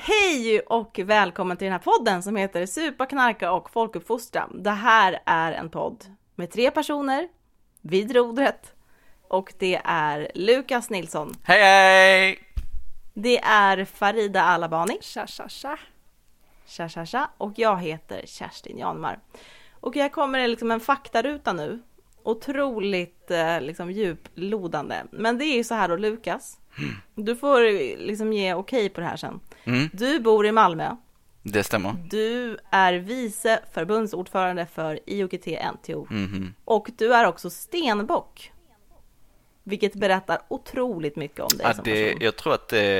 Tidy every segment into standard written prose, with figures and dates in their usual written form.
Hej och välkommen till den här podden som heter Supa, knarka och folkuppfostra. Det här är en podd med 3 personer vid rodret. Och det är Lukas Nilsson. Hej hej! Det är Farida Alabani. Tja, tja, tja. Tja, tja, tja. Och jag heter Kerstin Janmar. Och jag kommer liksom en faktaruta nu. Otroligt liksom djuplodande. Men det är ju så här då, Lukas. Du får liksom ge okej på det här sen. Du bor i Malmö. Det stämmer. Du är vice förbundsordförande för IOGT-NTO. Och du är också stenbock. Vilket berättar otroligt mycket om dig som person. Jag tror att det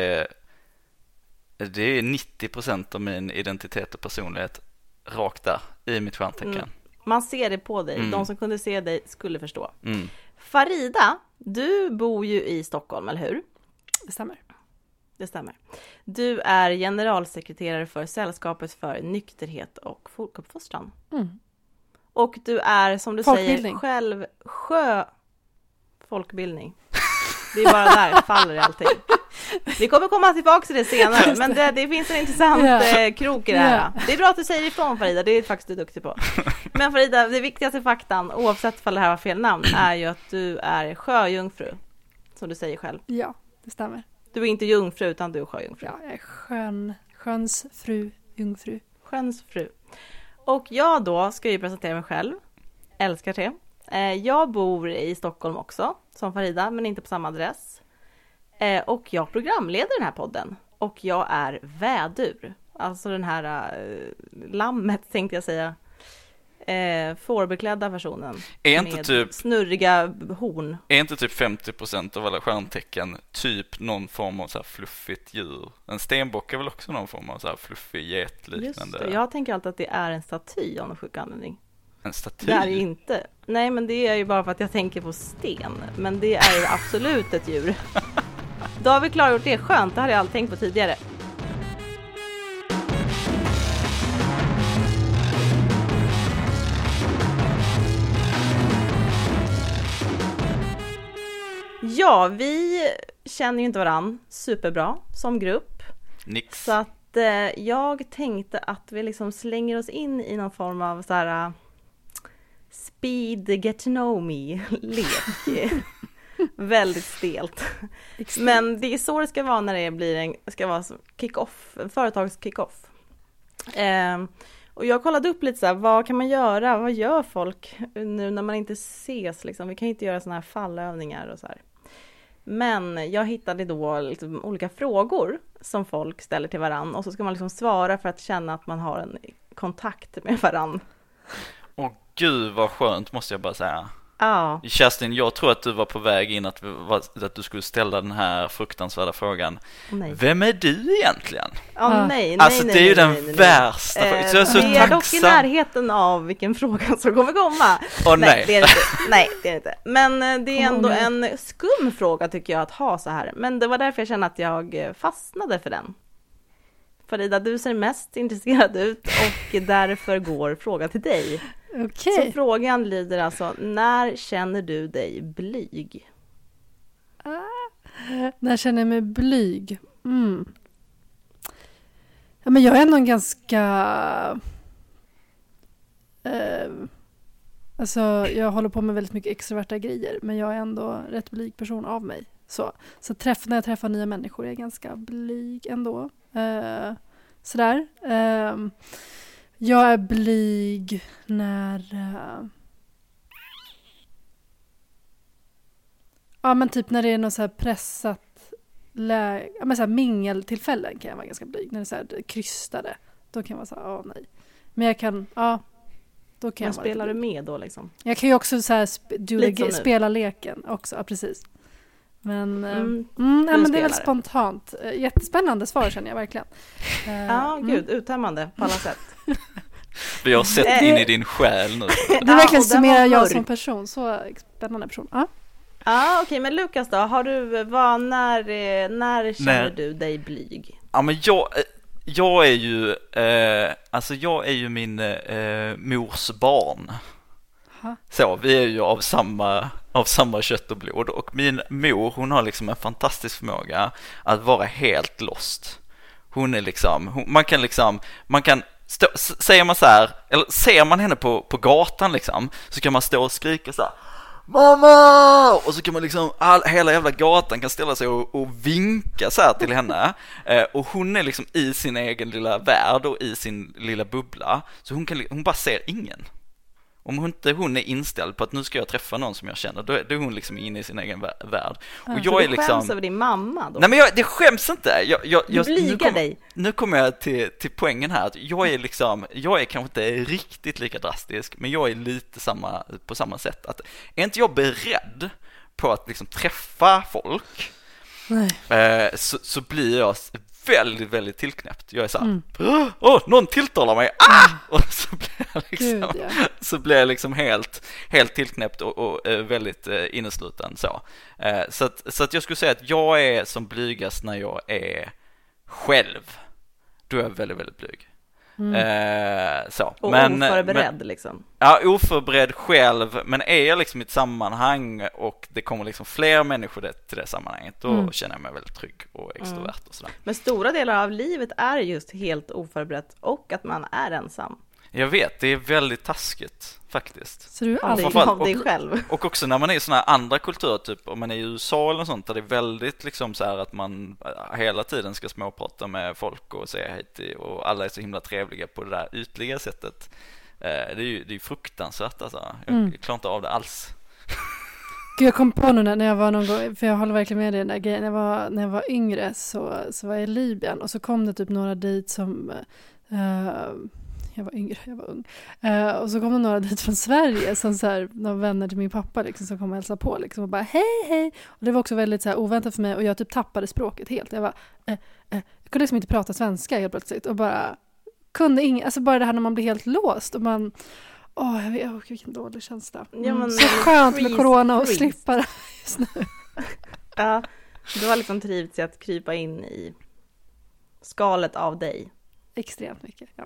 är 90% av min identitet och personlighet rakt där i mitt stjärntecken. Man ser det på dig. De som kunde se dig skulle förstå. Farida, du bor ju i Stockholm, eller hur? Det stämmer. Det stämmer. Du är generalsekreterare för Sällskapet för nykterhet och folkuppfostran. Och du är, som du säger, själv folkbildning. Det är bara där faller allting. Vi kommer komma tillbaka till det senare, men det finns en intressant krok i det här. Det är bra att du säger ifrån, Farida, det är faktiskt du duktig på. Men Farida, det viktigaste faktan, oavsett om det här var fel namn, är ju att du är sjöjungfru, som du säger själv. Ja, det stämmer. Du är inte jungfru, utan du är sjöjungfru. Ja, jag är sjöns fru, jungfru. Sjöns fru. Och jag då ska ju presentera mig själv. Älskar det. Jag bor i Stockholm också, som Farida, men inte på samma adress. Och jag programleder den här podden. Och jag är vädur. Alltså den här lammet, tänkte jag säga. Fårbeklädda personen. Är inte med typ snurriga horn. Är inte typ 50% av alla stjärntecken typ någon form av så här fluffigt djur? En stenbock är väl också någon form av så här fluffig getliknande? Just det, jag tänker alltid att det är en staty av någon sjuk anledning. En staty? Det är ju inte. Nej, men det är ju bara för att jag tänker på sten. Men det är ju absolut ett djur. Då har vi klargjort det. Skönt, det hade jag aldrig tänkt på tidigare. Ja, vi känner ju inte varann superbra som grupp. Nix. Så att jag tänkte att vi liksom slänger oss in i någon form av så här speed get to know me-lek. Väldigt stelt. Men det är så det ska vara när det blir ska vara kick-off, en företags-kick-off. Och jag kollade upp lite så här, vad kan man göra? Vad gör folk nu när man inte ses? Liksom? Vi kan inte göra såna här fallövningar och så här. Men jag hittade då liksom olika frågor som folk ställer till varann. Och så ska man liksom svara för att känna att man har en kontakt med varann. Åh gud vad skönt, måste jag bara säga. Ja. Kerstin, jag tror att du var på väg in att du skulle ställa den här fruktansvärda frågan. Vem är du egentligen? Nej. Alltså det är ju den värsta frågan. Så jag är så tacksam. Dock i närheten av vilken fråga som kommer komma. Nej. Det är inte. Nej, det är inte. Men det är ändå en skum fråga tycker jag att ha så här. Men det var därför jag kände att jag fastnade för den. Farida, du ser mest intresserad ut och därför går frågan till dig. Okay. Så frågan lyder alltså, när känner du dig blyg? När känner jag mig blyg? Ja, men jag är ändå en ganska... alltså, jag håller på med väldigt mycket extroverta grejer, men jag är ändå rätt blyg person av mig. Så när jag träffar nya människor är jag ganska blyg ändå. Sådär. Jag är blyg när... ja, men typ när det är något så här pressat ja, men så här mingeltillfällen kan jag vara ganska blyg. När det är så här krystade. Då kan jag vara så här, nej. Men jag kan, då kan men jag spelar du med då liksom? Jag kan ju också så här spela leken också, ja, precis. Men, men det är väl spontant. Jättespännande svar känner jag verkligen. Uttömmande på alla sätt. Vi har sett in i din själ nu. Det är verkligen summerar jag som person. Så spännande person. Okej, men Lukas då, har du när känner du dig blyg? Ja, men jag är ju jag är ju min mors barn. Så vi är ju av samma kött och blod, och min mor, hon har liksom en fantastisk förmåga att vara helt lost. Hon är liksom, man kan stå, säger man så här, eller ser man henne på gatan liksom, så kan man stå och skrika så här: mamma! Och så kan man liksom, hela jävla gatan kan ställa sig och vinka så här till henne. Och hon är liksom i sin egen lilla värld och i sin lilla bubbla. Så hon bara ser ingen. Om hon är inställd på att nu ska jag träffa någon som jag känner, då är hon liksom inne i sin egen värld. Och jag är liksom... skäms över din mamma då? Nej, men det skäms inte. Du blygar dig. Nu kommer jag till poängen här. Att jag är kanske inte riktigt lika drastisk, men jag är lite på samma sätt. Att är inte jag beredd på att liksom träffa folk, så blir jag väldigt, väldigt tillknäppt. Jag är så här, någon tilltalar mig. Och så blir jag liksom helt tillknäppt och väldigt innesluten så. Så att jag skulle säga att jag är som blygast när jag är själv. Då är jag väldigt, väldigt blyg. Så. Och oförberedd liksom. Ja, oförberedd själv. Men är jag liksom i ett sammanhang och det kommer liksom fler människor till det sammanhanget, då känner jag mig väldigt trygg och extrovert och sådär. Men stora delar av livet är just helt oförberett och att man är ensam. Jag vet, det är väldigt taskigt faktiskt. Så du är aldrig av dig själv. Och också när man är i såna här andra kulturer, typ om man är i USA eller något sånt, där det är väldigt liksom så här att man hela tiden ska småprata med folk och säga hej till, och alla är så himla trevliga på det där ytliga sättet. Det är ju fruktansvärt alltså. Jag klarar inte av det alls. Gud, jag kom på nu när jag var någon gång, för jag håller verkligen med dig den där grejen. När jag var yngre så var jag i Libyen och så kom det typ några dit som... jag var ung. Och så kom det några dit från Sverige som så här, några vänner till min pappa liksom, som kom och hälsade på liksom, och bara hej. Och det var också väldigt så här, oväntat för mig och jag typ tappade språket helt. Jag jag kunde liksom inte prata svenska helt plötsligt och bara kunde alltså bara det här när man blir helt låst och man jag vet vilken dålig känsla. Så skönt med corona och slippa det just nu. Ja, du har liksom trivts i att krypa in i skalet av dig. Extremt mycket, ja.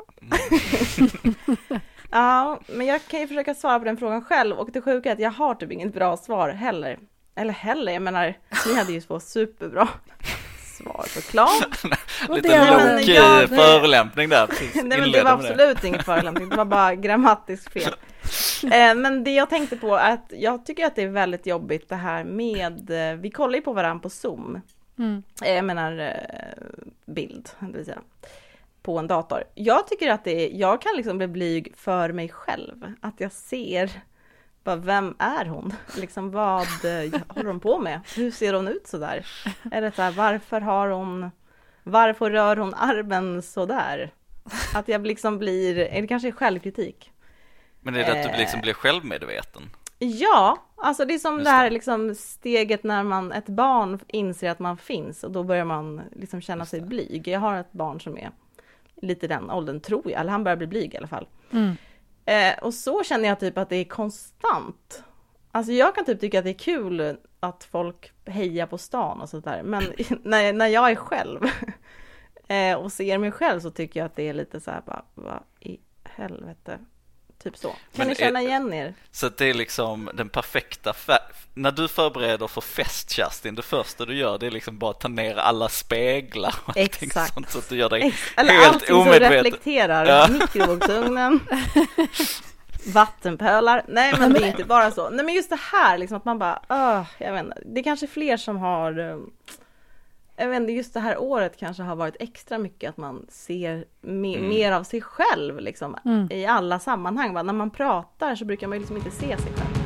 Ja, men jag kan ju försöka svara på den frågan själv. Och det sjuka är att jag har typ inget bra svar heller. Jag menar, ni hade ju två superbra svar såklart. Lite förolämpning där. Nej, men det var absolut ingen förolämpning. Det var bara grammatiskt fel. Men det jag tänkte på är att jag tycker att det är väldigt jobbigt det här med... Vi kollar ju på varandra på Zoom. Jag menar bild, det vill säga. På en dator. Jag tycker att jag kan liksom bli blyg för mig själv. Att jag ser bara, vem är hon? Liksom, vad håller hon på med? Hur ser hon ut så där? Eller så här, varför rör hon armen så där? Att jag liksom det kanske är självkritik. Men är det att du liksom blir självmedveten? Ja, alltså det är som det här liksom steget när ett barn inser att man finns och då börjar man liksom känna sig blyg. Jag har ett barn som är lite den åldern tror jag, eller han börjar bli blyg i alla fall. Och så känner jag typ att det är konstant. Alltså jag kan typ tycka att det är kul att folk hejar på stan och sånt där. Men när jag är själv och ser mig själv så tycker jag att det är lite så här bara, vad i helvete. Typ så. Kan ni känna igen er? Så det är liksom den perfekta när du förbereder för fest, Kerstin, det första du gör det är liksom bara ta ner alla speglar och allting sånt så att du gör dig helt omedveten. Som reflekterar mikrovågsugnen. Vattenpölar. Nej, men det är inte bara så. Nej, men just det här liksom att man bara jag vet inte. Det är kanske fler som har jag vet inte, just det här året kanske har varit extra mycket att man ser mer av sig själv liksom, i alla sammanhang. Va? När man pratar så brukar man ju liksom inte se sig själv.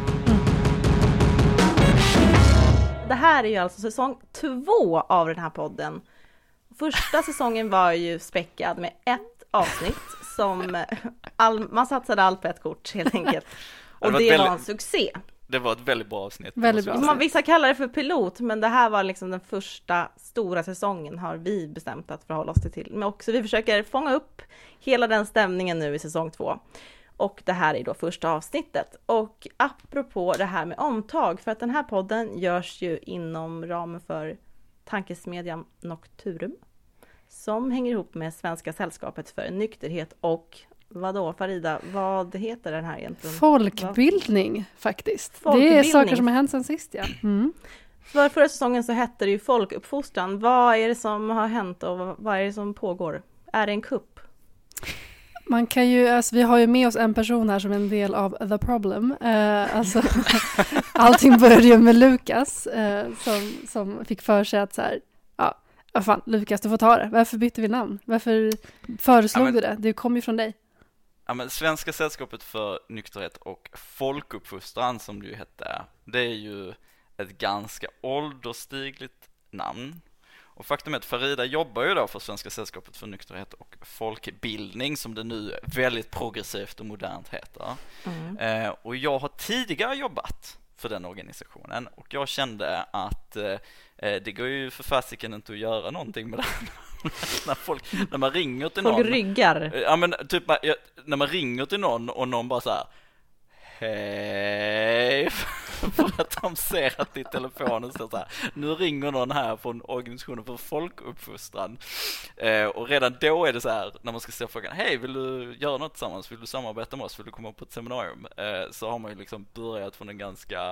Det här är ju alltså säsong 2 av den här podden. Första säsongen var ju späckad med ett avsnitt som man satsade allt på ett kort helt enkelt. Och det var en succé. Det var ett väldigt bra avsnitt. Väldigt bra. Vissa kallar det för pilot, men det här var liksom den första stora säsongen har vi bestämt att förhålla oss till. Men också vi försöker fånga upp hela den stämningen nu i säsong 2. Och det här är då första avsnittet. Och apropå det här med omtag, för att den här podden görs ju inom ramen för tankesmedjan Nocturum. Som hänger ihop med Svenska sällskapet för nykterhet och vadå Farida, vad heter den här egentligen? Folkbildning faktiskt. Folkbildning. Det är saker som har hänt sen sist, ja. För förra säsongen så hette det ju folkuppfostran. Vad är det som har hänt och vad är det som pågår? Är det en kupp? Man kan ju, alltså, vi har ju med oss en person här som en del av the problem. Alltså, allting började ju med Lukas som fick för sig att så här, ja, fan, Lukas, du får ta det. Varför bytte vi namn? Varför föreslog du det? Det kom ju från dig. Ja, men Svenska sällskapet för nykterhet och folkuppfostran, som det ju hette, det är ju ett ganska ålderstigligt namn. Och faktum är att Farida jobbar ju då för Svenska sällskapet för nykterhet och folkbildning, som det nu väldigt progressivt och modernt heter. Och jag har tidigare jobbat för den organisationen, och jag kände att det går ju för fasiken inte att göra någonting med det när man ringer till någon. Folk ryggar. Ja, men typ när man ringer till någon och någon bara så här: hej, för att de ser att i telefonen står så här: nu ringer någon här från organisationen för folkuppfostran. Och redan då är det så här, när man ska ställa frågan: hej, vill du göra något tillsammans? Vill du samarbeta med oss? Vill du komma på ett seminarium? Så har man ju liksom börjat från en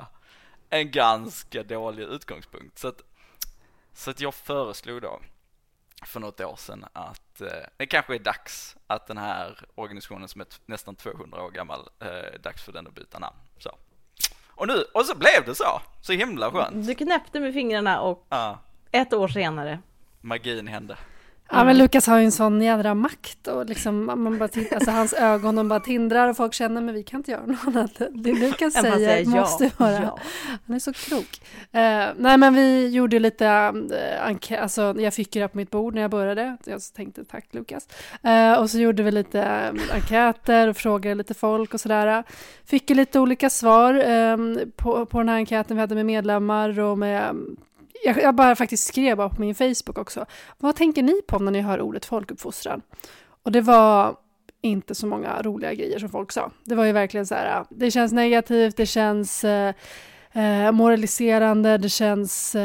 ganska dålig utgångspunkt. Så att jag föreslog då för något år sedan att det kanske är dags att den här organisationen, som är nästan 200 år gammal, dags för den att byta namn. Så. Och så blev det så himla skönt. Du knäppte med fingrarna och ett år senare magin hände. Ja, men Lukas har ju en sån jädra makt, och liksom man bara alltså hans ögon, de bara tindrar och folk känner, men vi kan inte göra något annat. Det Lukas säger måste vara. Ja. Han är så klok. Nej, men vi gjorde lite alltså jag fick det på mitt bord när jag började. Jag tänkte tack Lukas. Och så gjorde vi lite enkäter och frågade lite folk och sådär. Fick lite olika svar på den här enkäten vi hade med medlemmar och med. Jag bara faktiskt skrev på min Facebook också. Vad tänker ni på när ni hör ordet folkuppfostran? Och det var inte så många roliga grejer som folk sa. Det var ju verkligen så här, det känns negativt, det känns moraliserande, det känns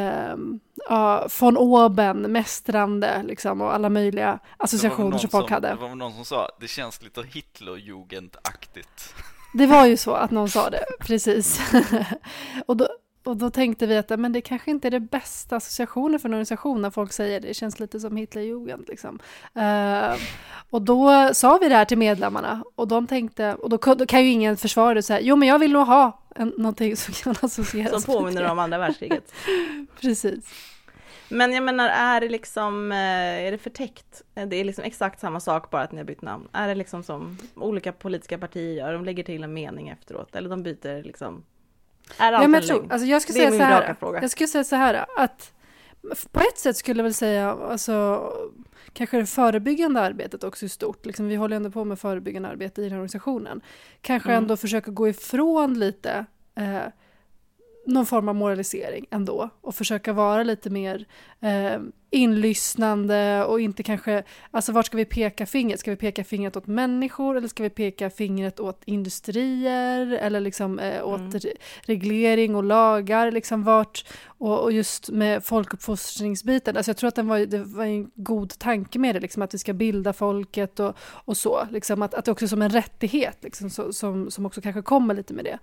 von oben, mästrande liksom, och alla möjliga associationer som folk hade. Det var någon som sa, det känns lite Hitlerjugendaktigt. Det var ju så att någon sa det, precis. Och då tänkte vi att men det kanske inte är det bästa associationen för en organisation när folk säger det känns lite som Hitlerjugend liksom. Och då sa vi det här till medlemmarna, och de tänkte, och då kan ju ingen försvara det så här: jo, men jag vill nog ha någonting som kan associeras som påminner om andra världskriget. Precis. Men jag menar, är det liksom är det förtäckt? Det är liksom exakt samma sak, bara att ni har bytt namn. Är det liksom som olika politiska partier gör, de lägger till en mening efteråt, eller de byter liksom? Ja, men jag skulle säga så här att på ett sätt skulle jag väl säga, alltså kanske det förebyggande arbetet också är stort. Liksom, vi håller ändå på med förebyggande arbete i den här organisationen. Kanske ändå försöka gå ifrån lite någon form av moralisering ändå, och försöka vara lite mer inlyssnande, och inte kanske, alltså vart ska vi peka fingret? Ska vi peka fingret åt människor, eller ska vi peka fingret åt industrier, eller liksom åt reglering och lagar, liksom vart, och just med folkuppfostringsbiten, alltså jag tror att det var en god tanke med det, liksom att vi ska bilda folket och så, liksom att det också är som en rättighet liksom, som också kanske kommer lite med det.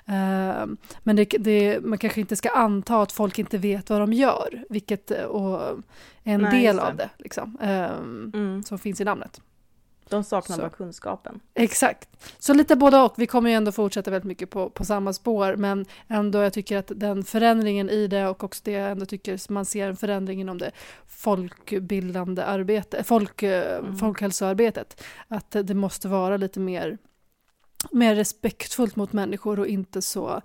Men man kanske inte ska anta att folk inte vet vad de gör, vilket och en del av det liksom, som finns i namnet. De saknar bara kunskapen. Exakt. Så lite både och. Vi kommer ju ändå fortsätta väldigt mycket på samma spår, men ändå jag tycker att den förändringen i det, och också det jag ändå tycker man ser en förändring inom det folkbildande arbete, folkhälsoarbetet, att det måste vara lite mer respektfullt mot människor, och inte så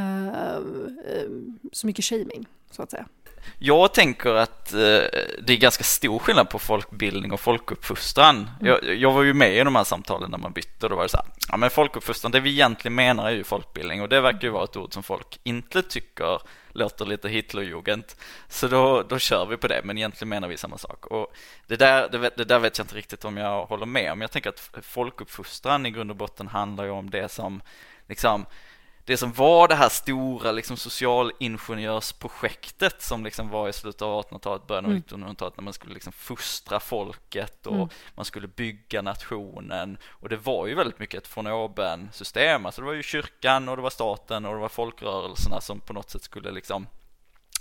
mycket shaming, så att säga. Jag tänker att det är ganska stor skillnad på folkbildning och folkuppfostran. Jag var ju med i de här samtalen när man bytte, och då var det så här: ja, men folkuppfostran, det vi egentligen menar är ju folkbildning, och det verkar ju vara ett ord som folk inte tycker låter lite Hitlerjugend. Så då kör vi på det, men egentligen menar vi samma sak. Och det där vet jag inte riktigt om jag håller med om. Jag tänker att folkuppfostran i grund och botten handlar ju om det som liksom, det som var det här stora liksom socialingenjörsprojektet som liksom var i slutet av 1800-talet, början av 1900-talet, när man skulle liksom fostra folket och man skulle bygga nationen, och det var ju väldigt mycket ett von oben system. Alltså det var ju kyrkan, och det var staten, och det var folkrörelserna som på något sätt skulle liksom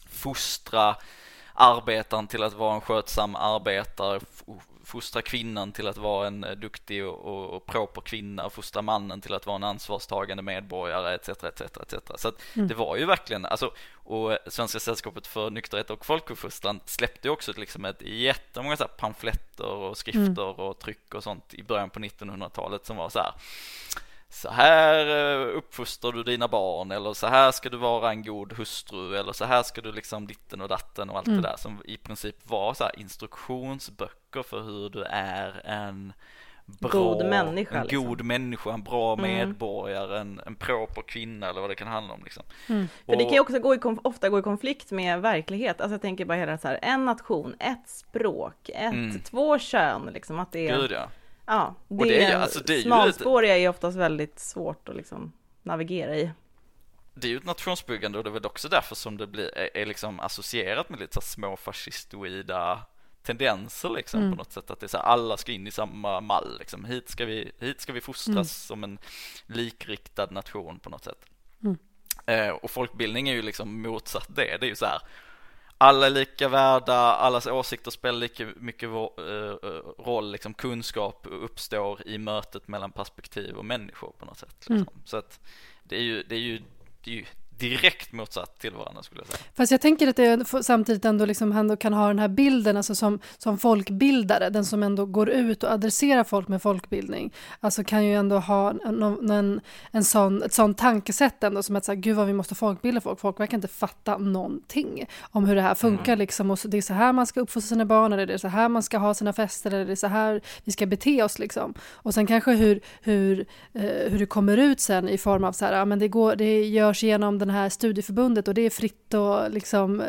fostra arbetaren till att vara en skötsam arbetare, fostra kvinnan till att vara en duktig och proper kvinna, fostra mannen till att vara en ansvarstagande medborgare, etc. Så att det var ju verkligen, alltså, och Svenska sällskapet för nykterhet och folkuppfostran släppte också liksom ett jättemånga så här pamfletter och skrifter och tryck och sånt i början på 1900-talet som var så här uppfostrar du dina barn, eller så här ska du vara en god hustru, eller så här ska du liksom ditten och datten och allt det där, som i princip var så här instruktionsböcker för hur du är en god människa, god människa, en bra medborgare, en proper kvinna, eller vad det kan handla om liksom. För det kan ju också ofta gå i konflikt med verkliget. Alltså jag tänker bara hela så här, en nation, ett språk, två kön liksom, att det är Gud, ja. Ja, det är smalspåriga är ju oftast väldigt svårt att liksom navigera i. Det är ju ett nationsbyggande, och det är väl också därför som det är liksom associerat med lite så små fascistoida tendenser liksom, på något sätt, att det är så här, alla ska in i samma mall liksom. Hit ska vi fostras som en likriktad nation på något sätt. Och folkbildning är ju liksom motsatt det. Det är ju så här, alla är lika värda, allas åsikter spelar lika mycket roll, liksom kunskap uppstår i mötet mellan perspektiv och människor på något sätt liksom. Så att det är ju direkt motsatt till varandra, skulle jag säga. Fast jag tänker att det samtidigt ändå liksom ändå kan ha den här bilden, alltså som folkbildare, den som ändå går ut och adresserar folk med folkbildning, alltså kan ju ändå ha ett sånt tankesätt ändå, som att säga, gud vad vi måste folkbilda folk verkar inte fatta någonting om hur det här funkar liksom, och så, det är så här man ska uppfostra sina barn, eller det är så här man ska ha sina fester, eller det är så här vi ska bete oss liksom. Och sen kanske hur det kommer ut sen i form av så här, ja, men det görs genom den här studieförbundet och det är fritt och liksom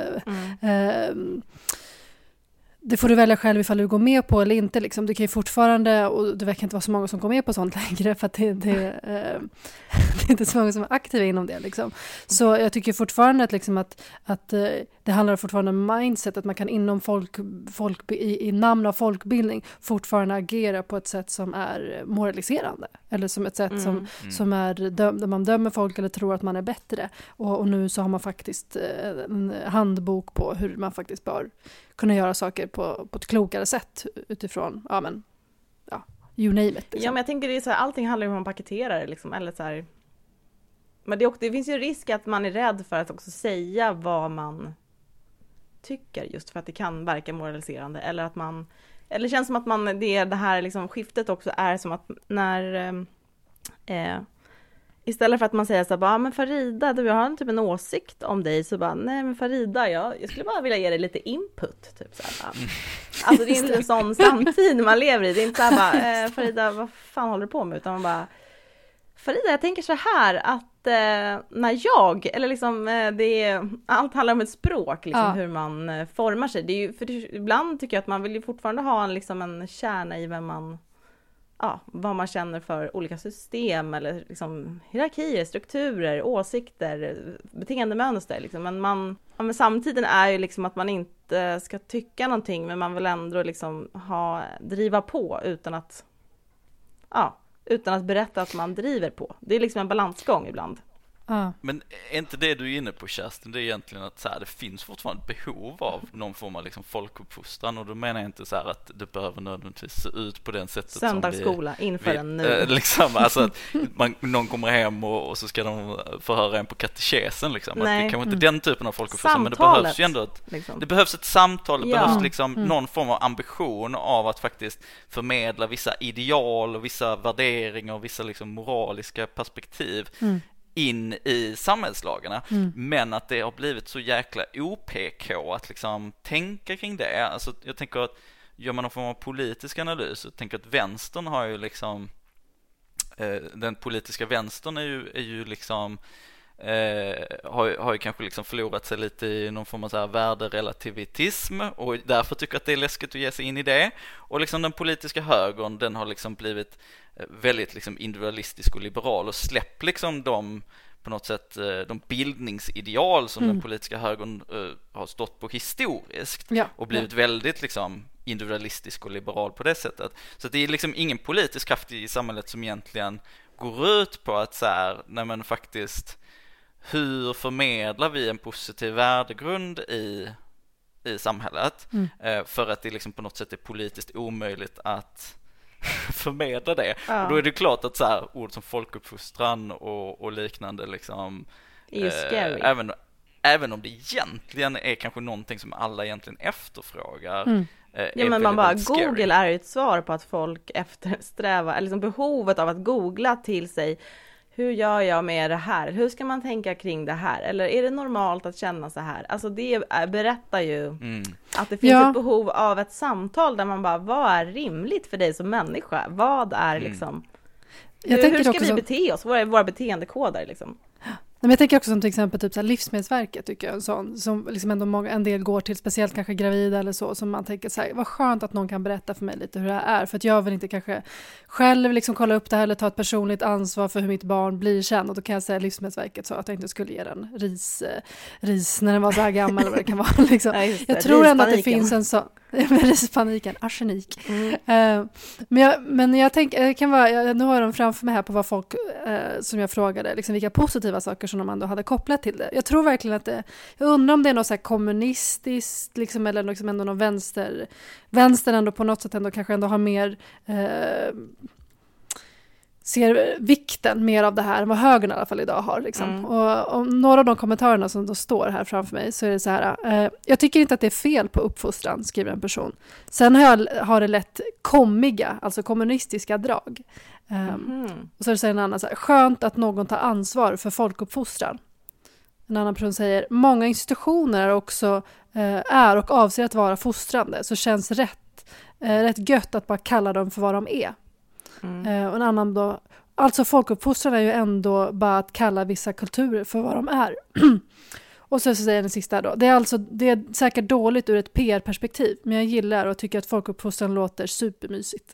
det får du välja själv ifall du går med på eller inte liksom. Du kan ju fortfarande, och det verkar inte vara så många som går med på sånt längre, för att det är inte så många som är aktiva inom det liksom. Så jag tycker fortfarande att, liksom att det handlar fortfarande om mindset, att man kan inom i namn av folkbildning fortfarande agera på ett sätt som är moraliserande, eller som ett sätt som är där man dömer folk eller tror att man är bättre, och nu så har man faktiskt en handbok på hur man faktiskt bör kunna göra saker på ett klokare sätt utifrån, you name it liksom. Ja, men jag tänker det är så här, allting handlar om hur man paketerar det liksom, eller så här. Men det finns ju risk att man är rädd för att också säga vad man tycker, just för att det kan verka moraliserande, eller att eller det känns som att det här liksom skiftet också är som att när istället för att man säger så här, men Farida, jag har typ en åsikt om dig, så bara, nej men Farida, jag skulle bara vilja ge dig lite input, typ så här. Alltså det är inte en sån samtid man lever i, det är inte så här bara, Farida, vad fan håller du på med, utan man bara, Farida, jag tänker så här att när eller liksom, allt handlar om ett språk, liksom, hur man formar sig. Det är ju, för ibland tycker jag att man vill ju fortfarande ha en kärna i vad man känner för olika system, eller liksom hierarkier, strukturer, åsikter, beteendemönster liksom. Men samtiden är ju liksom att man inte ska tycka någonting, men man vill ändå liksom driva på utan att berätta att man driver på. Det är liksom en balansgång ibland. Men är inte det du är inne på, Kerstin, det är egentligen att så här, det finns fortfarande behov av någon form av liksom folkuppfostran, och då menar jag inte så här att det behöver nödvändigtvis se ut på den sättet söndagsskola inför en nu. Liksom, alltså att någon kommer hem och så ska de förhöra en på katekesen liksom. Att det är kanske inte den typen av folkuppfostran, men det behövs ju ändå det behövs ett samtal, det behövs liksom någon form av ambition av att faktiskt förmedla vissa ideal och vissa värderingar och vissa liksom moraliska perspektiv in i samhällslagarna, men att det har blivit så jäkla OPK att liksom tänka kring det. Alltså jag tänker att gör man någon form av politisk analys, så tänker att vänstern har ju liksom den politiska vänstern är ju liksom har ju kanske liksom förlorat sig lite i någon form av så här värderelativitism, och därför tycker att det är läskigt att ge sig in i det. Och liksom den politiska högern, den har liksom blivit väldigt liksom individualistisk och liberal, och släppt liksom på något sätt de bildningsideal som den politiska högern har stått på historiskt, och blivit väldigt liksom individualistisk och liberal på det sättet. Så det är liksom ingen politisk kraft i samhället som egentligen går ut på att så här, nej men faktiskt hur förmedlar vi en positiv värdegrund i samhället, för att det liksom på något sätt är politiskt omöjligt att förmedla det. Ja. Och då är det klart att så här, ord som folkuppfostran och liknande liksom, är ju scary. även om det egentligen är kanske någonting som alla egentligen efterfrågar. Ja, men man bara, Google är ju ett svar på att folk eftersträvar, eller liksom behovet av att googla till sig, hur gör jag med det här? Hur ska man tänka kring det här? Eller är det normalt att känna så här? Alltså det berättar ju att det finns ett behov av ett samtal där man bara, vad är rimligt för dig som människa? Vad är liksom, hur ska vi bete oss? Vad är våra beteendekoder liksom? Men jag tänker också som till exempel typ så här Livsmedelsverket, tycker jag, en sån som liksom ändå en del går till, speciellt kanske gravida eller så, som man tänker så här, vad skönt att någon kan berätta för mig lite hur det är, för att jag vill inte kanske själv liksom kolla upp det här eller ta ett personligt ansvar för hur mitt barn blir känd, och då kan jag säga Livsmedelsverket så att jag inte skulle ge den ris när den var så här gammal eller vad det kan vara liksom. Ja, jag tror ändå att det finns en sån rispaniken, arsenik. Men jag tänker, nu har de framför mig här på vad folk som jag frågade, liksom vilka positiva saker som de ändå hade kopplat till det. Jag tror verkligen att jag undrar om det är något så här kommunistiskt liksom, eller liksom ändå någon vänster ändå på något sätt ändå kanske ändå har mer ser vikten mer av det här än vad högern i alla fall idag har. Liksom. Och några av de kommentarerna som då står här framför mig, så är det så här, jag tycker inte att det är fel på uppfostran, skriver en person. Sen har det lätt kommiga, alltså kommunistiska drag. Och så är det så en annan så här, skönt att någon tar ansvar för folkuppfostran. En annan person säger, många institutioner är också är och avser att vara fostrande, så känns rätt gött att bara kalla dem för vad de är. Och en annan då, alltså folkuppfostran är ju ändå bara att kalla vissa kulturer för vad de är. Och så säger den sista då, det är säkert dåligt ur ett PR-perspektiv, men jag gillar och tycker att folkuppfostran låter supermysigt.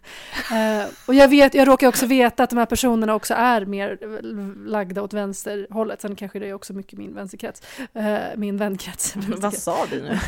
Och jag råkar också veta att de här personerna också är mer lagda åt vänsterhållet, sen kanske det är också mycket min vänsterkrets, min vänkrets. Vad sa du nu?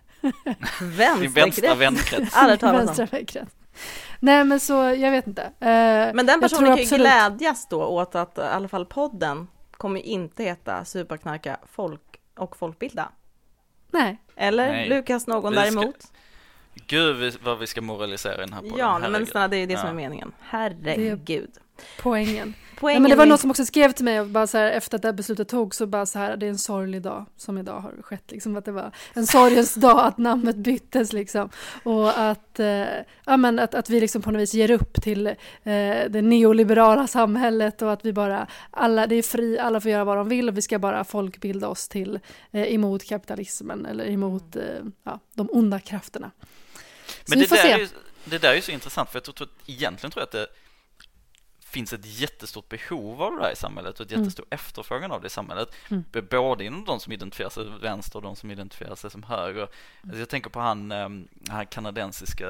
Din vänstra vänkrets. Vänstra vänkrets. Nej, men så, jag vet inte. Men den personen kan ju glädjas då åt att i alla fall podden kommer inte heta Superknarka folk och folkbilda. Nej. Eller? Nej. Lukas, någon däremot? Gud, vad vi ska moralisera i den här podden. Ja, men snälla, det är ju det som är meningen. Herregud. Poängen. Nej, men det var någon som också skrev till mig och bara så här, efter att det här beslutet tog, så bara så här, det är en sorglig dag som idag har skett, liksom, att det var en sorgens dag att namnet byttes liksom, och att att vi liksom på något vis ger upp till det neoliberala samhället, och att vi bara det är fri, alla får göra vad de vill, och vi ska bara folkbilda oss till emot kapitalismen eller emot de onda krafterna. Men det där är ju så intressant, för egentligen tror jag att det finns ett jättestort behov av det här i samhället och ett jättestor efterfrågan av det i samhället. Både inom de som identifierar sig som vänster och de som identifierar sig som höger. Alltså jag tänker på han kanadensiska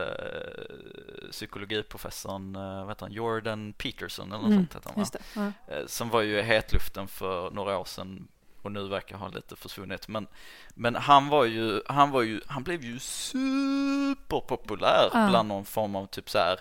psykologiprofessorn, vad heter han? Jordan Peterson eller något sånt heter han, just det. Som var ju i hetluften för några år sedan och nu verkar ha lite försvunnit, men han blev ju superpopulär bland någon form av typ så här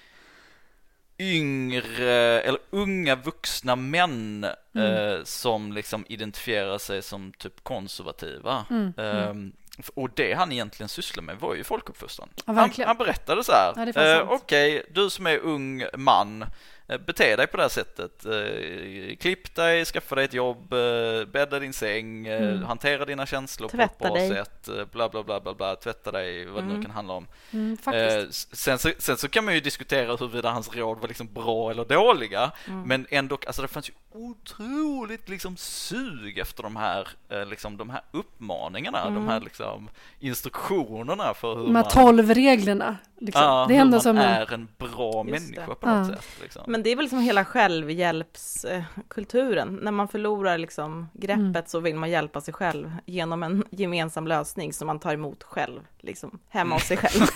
yngre eller unga vuxna män som liksom identifierar sig som typ konservativa. Och det han egentligen sysslar med var ju folkuppfostran. Ja, han berättade så här, okej, du som är ung man, bete dig på det här sättet, klipp dig, skaffa dig ett jobb, bädda din säng, hantera dina känslor tvätta på ett bra dig. sätt, bla bla bla bla bla, tvätta dig, vad det nu kan handla om. Sen så kan man ju diskutera huruvida hans råd var liksom bra eller dåliga, men ändå, alltså det fanns ju otroligt liksom sug efter de här uppmaningarna, de här liksom instruktionerna för hur de här 12 reglerna liksom. Det är ändå som är en bra människa på något sätt liksom. Men det är väl liksom hela självhjälpskulturen. När man förlorar liksom greppet så vill man hjälpa sig själv genom en gemensam lösning som man tar emot själv, liksom hemma hos sig själv.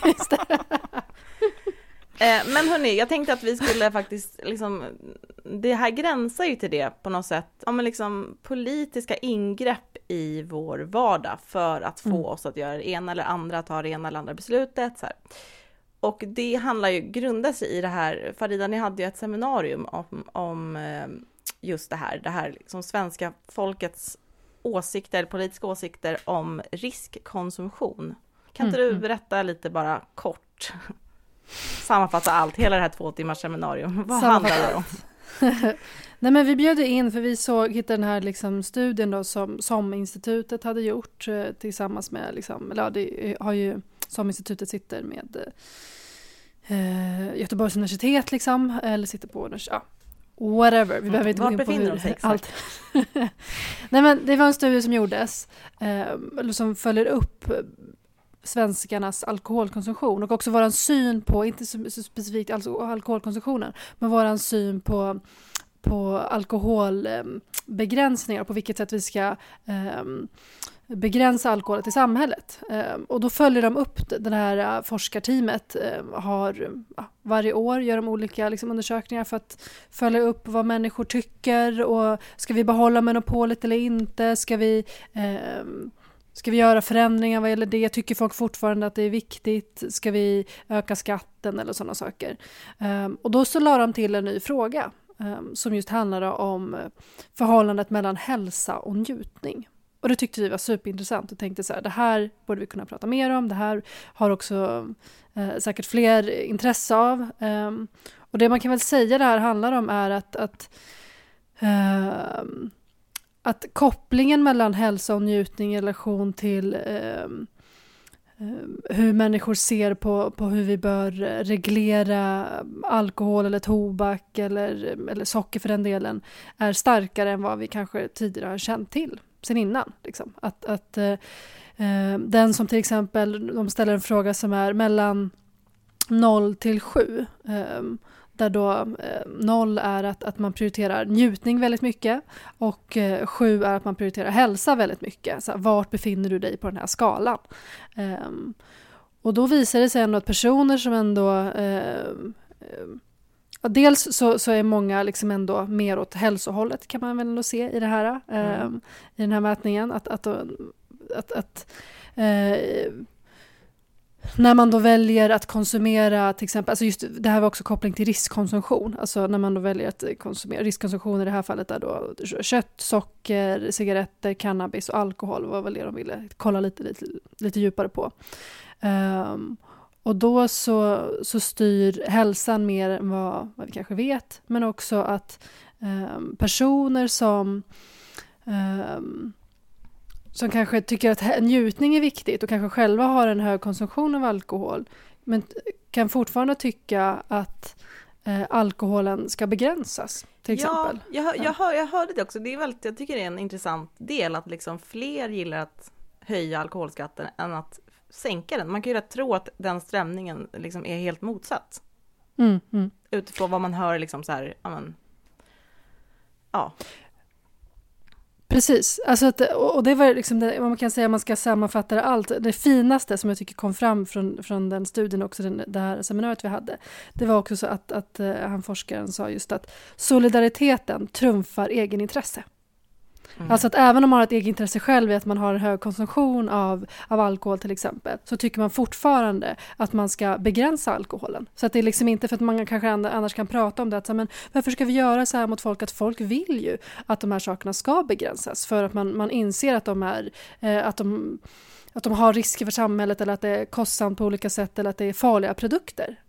Men hörni, jag tänkte att vi skulle faktiskt liksom, det här gränsar ju till det på något sätt, men liksom politiska ingrepp i vår vardag för att få oss att göra det ena eller andra, ta det ena eller andra beslutet så här. Och det handlar ju, grundar sig i det här, Farida, ni hade ju ett seminarium om just det här liksom svenska folkets åsikter, politiska åsikter om riskkonsumtion. Kan inte du berätta lite bara kort, sammanfatta allt, hela det här 2 timmars seminarium, vad handlar det om? Nej, men vi bjöd in för vi hittade den här liksom studien då som institutet hade gjort tillsammans med liksom, eller ja, det har ju SOM-institutet sitter med Göteborgs universitet liksom, eller sitter på universitet, whatever, vi behöver inte gå in på hur allt. Nej, men det var en studie som gjordes som följer upp svenskarnas alkoholkonsumtion och också våran syn på, inte så specifikt alkoholkonsumtionen, men våran syn på alkoholbegränsningar, på vilket sätt vi ska begränsa alkoholet i samhället. Och då följer de upp det här forskarteamet, varje år gör de olika liksom, undersökningar för att följa upp vad människor tycker och ska vi behålla monopolet eller inte, ska vi göra förändringar vad gäller det, tycker folk fortfarande att det är viktigt, ska vi öka skatten eller sådana saker. Och då så la de till en ny fråga som just handlade om förhållandet mellan hälsa och njutning. Och det tyckte vi var superintressant och tänkte så här, det här borde vi kunna prata mer om, det här har också säkert fler intresse av. Och det man kan väl säga det här handlar om är att kopplingen mellan hälsa och njutning i relation till hur människor ser på hur vi bör reglera alkohol eller tobak eller socker för den delen är starkare än vad vi kanske tidigare har känt till sen innan. Liksom. Att den som till exempel, de ställer en fråga som är mellan 0 till 7, där då 0 är att man prioriterar njutning väldigt mycket och 7 är att man prioriterar hälsa väldigt mycket. Så vart befinner du dig på den här skalan? Och då visar det sig ändå att personer som ändå dels så är många liksom ändå mer åt hälsohållet, kan man väl ändå se i det här i den här mätningen, att när man då väljer att konsumera till exempel, alltså just det här var också koppling till riskkonsumtion, alltså när man då väljer att konsumera riskkonsumtion i det här fallet är då kött, socker, cigaretter, cannabis och alkohol var väl det de ville kolla lite djupare på. Och då så styr hälsan mer än vad vi kanske vet, men också att personer som kanske tycker att njutning är viktigt och kanske själva har en hög konsumtion av alkohol, men kan fortfarande tycka att alkoholen ska begränsas, till exempel. Ja, jag hörde det också. Det är väldigt, jag tycker det är en intressant del att liksom fler gillar att höja alkoholskatten än att sänka den. Man kan ju rätt tro att den strömningen liksom är helt motsatt. Utifrån vad man hör liksom så här, ja. Precis, alltså och det var liksom det, man kan säga man ska sammanfatta allt. Det finaste som jag tycker kom fram från den studien också, det här seminariet vi hade, det var också så att han forskaren sa just att solidariteten trumfar egenintresse. Alltså att även om man har ett egenintresse själv i att man har en hög konsumtion av alkohol till exempel, så tycker man fortfarande att man ska begränsa alkoholen. Så att det är liksom inte för att man kanske annars kan prata om det, att men varför ska vi göra så här mot folk? Att folk vill ju att de här sakerna ska begränsas för att man inser att de är att de har risker för samhället, eller att det är kostsamt på olika sätt, eller att det är farliga produkter.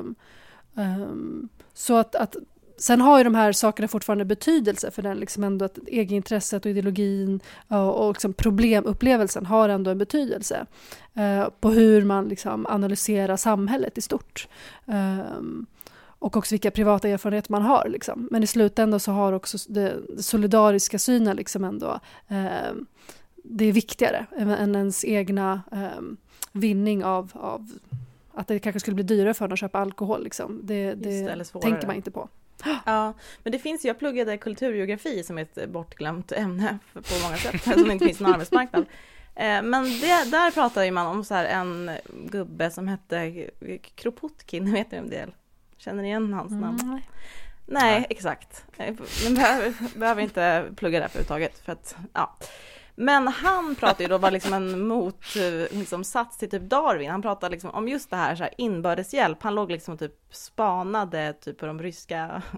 Så att sen har ju de här sakerna fortfarande betydelse för den liksom ändå, att egenintresset och ideologin och liksom problemupplevelsen har ändå en betydelse på hur man liksom analyserar samhället i stort. Och också vilka privata erfarenheter man har. Liksom. Men i slutändan så har också det solidariska synen liksom ändå, det är viktigare än ens egna vinning av att det kanske skulle bli dyrare för att köpa alkohol. Liksom. Det tänker man inte på. Ja, men det finns ju, jag pluggade kulturgeografi som är ett bortglömt ämne på många sätt, som inte finns någon arbetsmarknad. Men där pratar ju man om så här en gubbe som hette Kropotkin, vet ni om det? Känner ni igen hans namn? Nej, exakt. Men behöver inte plugga det överhuvudtaget, för att, ja. Men han pratade ju då, var liksom en motsats till typ Darwin. Han pratade liksom om just det här, så här inbördeshjälp. Han låg liksom typ spanade typ på de ryska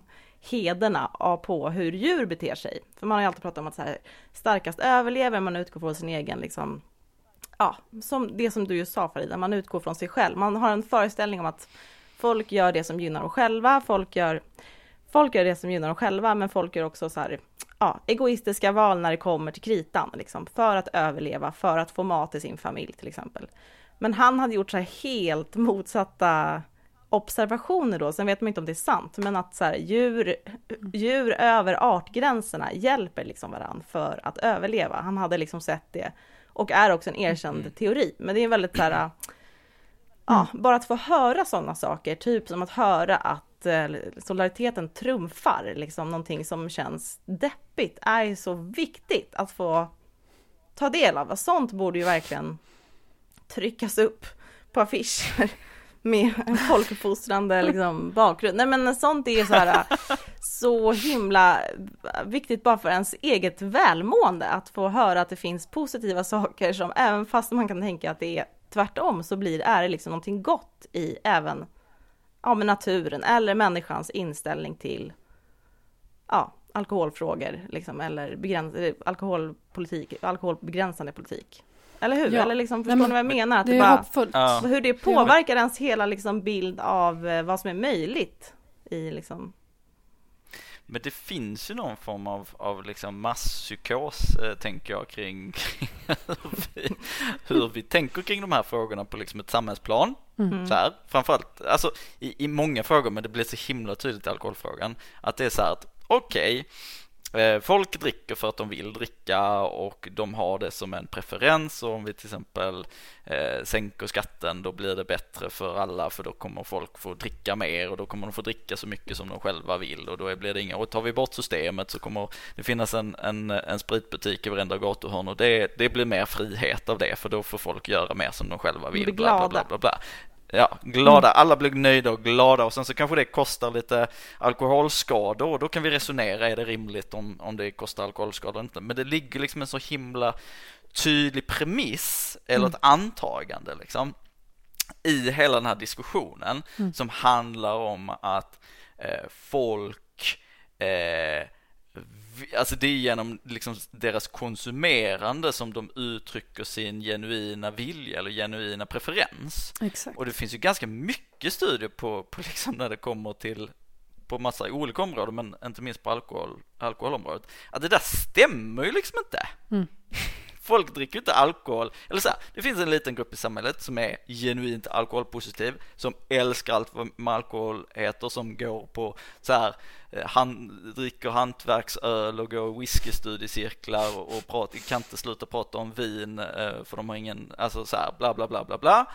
hederna på hur djur beter sig. För man har ju alltid pratat om att så här, starkast överlever, man utgår från sin egen liksom, ja, som det som du just sa Farida, man utgår från sig själv. Man har en föreställning om att folk gör det som gynnar dem själva, folk gör det som gynnar dem själva, men folk gör också så här, ja, egoistiska val när det kommer till kritan, liksom, för att överleva, för att få mat till sin familj till exempel. Men han hade gjort så här helt motsatta observationer då, sen vet man inte om det är sant, men att så här, djur över artgränserna hjälper liksom varann för att överleva. Han hade liksom sett det och är också en erkänd teori. Men det är väldigt så här, ja, bara att få höra sådana saker, typ som att höra att solidariteten trumfar liksom någonting som känns deppigt, är så viktigt att få ta del av. Sånt borde ju verkligen tryckas upp på affischer med en folkfostrande liksom, bakgrund. Nej, men sånt är så här så himla viktigt bara för ens eget välmående, att få höra att det finns positiva saker som, även fast man kan tänka att det är tvärtom, så är det liksom någonting gott i även med naturen eller människans inställning till alkoholfrågor liksom, eller alkoholbegränsande politik. Eller hur? Ja. Eller liksom, förstår ni vad jag menar? Att det är hoppfullt. hur det påverkar ens hela liksom, bild av vad som är möjligt i liksom... Men det finns ju någon form av liksom masspsykos, tänker jag, kring hur vi tänker kring de här frågorna på liksom ett samhällsplan. Så här, framförallt alltså, i många frågor, men det blir så himla tydligt i alkoholfrågan, att det är så här att okej, folk dricker för att de vill dricka och de har det som en preferens, och om vi till exempel sänker skatten, då blir det bättre för alla, för då kommer folk få dricka mer och då kommer de få dricka så mycket som de själva vill, och då blir det inga, och tar vi bort systemet så kommer det finnas en spritbutik i varenda gatuhörn, och det blir mer frihet av det, för då får folk göra mer som de själva vill, bla bla bla bla bla. Ja, glada, alla blir nöjda och glada, och sen så kanske det kostar lite alkoholskador, och då kan vi resonera, är det rimligt om det kostar alkoholskador eller inte, men det ligger liksom en så himla tydlig premiss eller ett antagande liksom i hela den här diskussionen som handlar om att folk alltså det är genom liksom deras konsumerande som de uttrycker sin genuina vilja eller genuina preferens. Exakt. Och det finns ju ganska mycket studier på liksom när det kommer till på massa olika områden, men inte minst på alkoholområdet, att det där stämmer ju liksom inte. Folk dricker inte alkohol, eller så här, det finns en liten grupp i samhället som är genuint alkoholpositiv, som älskar allt vad alkohol heter, som går på så här, dricker hantverksöl och går whiskystudiecirklar och kan inte sluta prata om vin för de har ingen, alltså så här, bla bla bla bla bla.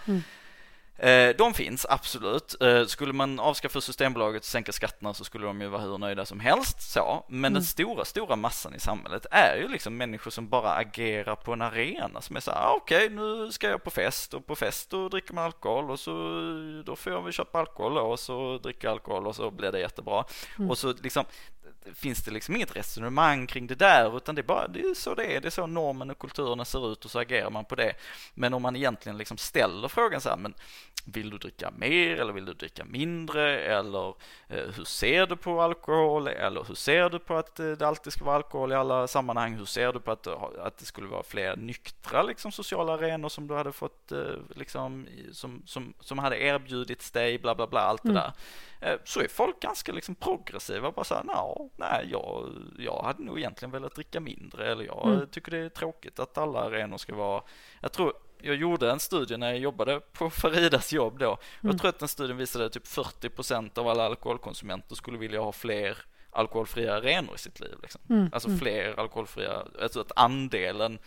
De finns, absolut. Skulle man avskaffa Systembolaget och sänka skatterna så skulle de ju vara hur nöjda som helst. Så. Men den stora massan i samhället är ju liksom människor som bara agerar på en arena. Som är så här, okej, nu ska jag på fest, och på fest då dricker man alkohol, och så då får jag väl köpa alkohol och så dricker jag alkohol och så blir det jättebra. Och så liksom finns det liksom inget resonemang kring det där, utan det är så det är så normen och kulturerna ser ut, och så agerar man på det. Men om man egentligen liksom ställer frågan så här, men vill du dricka mer eller vill du dricka mindre, eller hur ser du på alkohol, eller hur ser du på att det alltid ska vara alkohol i alla sammanhang, hur ser du på att det skulle vara fler nyktra liksom sociala arenor som du hade fått liksom som hade erbjudits dig, bla bla bla, allt det där. Så är folk ganska liksom progressiva, bara så här, nej, jag hade nog egentligen velat dricka mindre, eller jag tycker det är tråkigt att alla arenor ska vara, jag gjorde en studie när jag jobbade på Faridas jobb då. Jag tror att den studien visade att typ 40% av alla alkoholkonsumenter skulle vilja ha fler alkoholfria arenor i sitt liv liksom. Alltså fler alkoholfria, alltså att andelen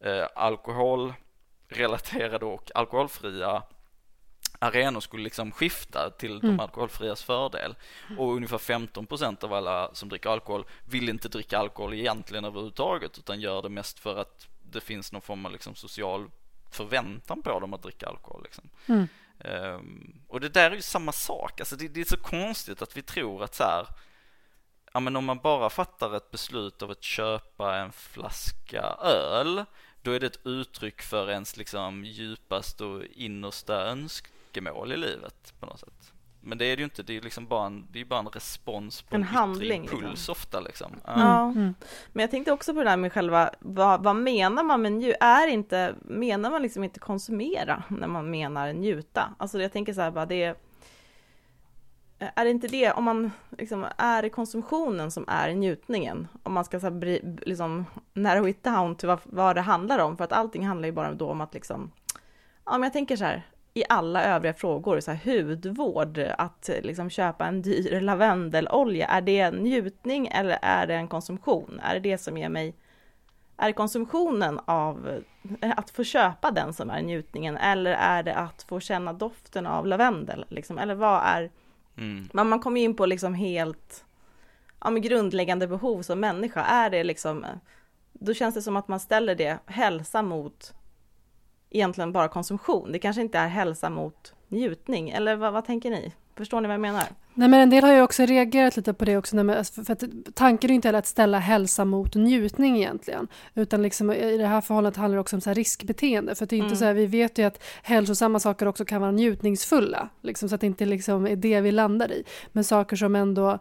alkoholrelaterade och alkoholfria arenor skulle liksom skifta till de alkoholfrias fördel. Och ungefär 15% av alla som dricker alkohol vill inte dricka alkohol egentligen överhuvudtaget, utan gör det mest för att det finns någon form av liksom social förväntan på dem att dricka alkohol liksom. Och det där är ju samma sak, alltså det är så konstigt att vi tror att så här, ja, men om man bara fattar ett beslut av att köpa en flaska öl, då är det ett uttryck för ens liksom djupaste och innersta önskemål i livet på något sätt. Men det är det ju inte, det är liksom bara en respons på en en handling yttre impuls liksom. ofta liksom. Ja. Men jag tänkte också på det där med själva, vad menar man med menar man liksom inte konsumera när man menar njuta? Alltså jag tänker så här, bara är det inte det, om man liksom, är det konsumtionen som är njutningen? Om man ska så här, liksom narrow it down till vad det handlar om, för att allting handlar ju bara då om att liksom, ja men jag tänker så här, i alla övriga frågor, så här, hudvård, att liksom köpa en dyr lavendelolja, är det en njutning eller är det en konsumtion? Är det som ger mig, är det konsumtionen av att få köpa den som är njutningen, eller är det att få känna doften av lavendel liksom? Eller vad är, men man kommer in på liksom helt med grundläggande behov som människa, är det liksom, då känns det som att man ställer det hälsa mot egentligen bara konsumtion. Det kanske inte är hälsa mot njutning. Eller vad tänker ni? Förstår ni vad jag menar? Nej, men en del har ju också reagerat lite på det också. För att tanken är ju inte heller att ställa hälsa mot njutning egentligen. Utan liksom, i det här förhållandet handlar det också om så här riskbeteende. För att det är inte så här, vi vet ju att hälsosamma saker också kan vara njutningsfulla. Liksom, så att det inte liksom är det vi landar i. Men saker som ändå...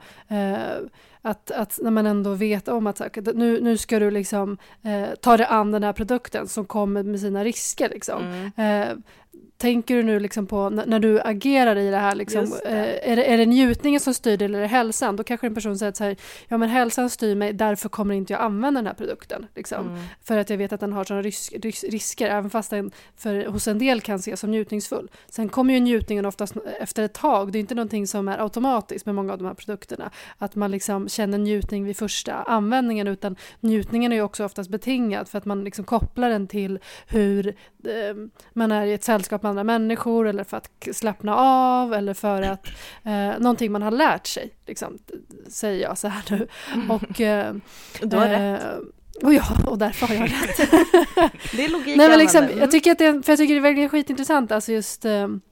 Att när man ändå vet om att nu ska du liksom ta dig an den här produkten som kommer med sina risker liksom. Tänker du nu liksom på när du agerar i det här liksom, är det njutningen som styr det eller är det hälsan? Då kanske en person säger så här, ja men hälsan styr mig, därför kommer inte jag använda den här produkten liksom. För att jag vet att den har sådana risker, även fast den hos en del kan ses som njutningsfull. Sen kommer ju njutningen oftast efter ett tag. Det är inte någonting som är automatiskt med många av de här produkterna, att man liksom känner njutning vid första användningen, utan njutningen är ju också oftast betingad för att man liksom kopplar den till hur man är i ett sällskap med andra människor, eller för att slappna av, eller för att någonting man har lärt sig liksom, säger jag så här nu. Och du har rätt. Och därför har jag rätt. Det är logik. Nej, men liksom, jag tycker det är verkligen skitintressant, alltså just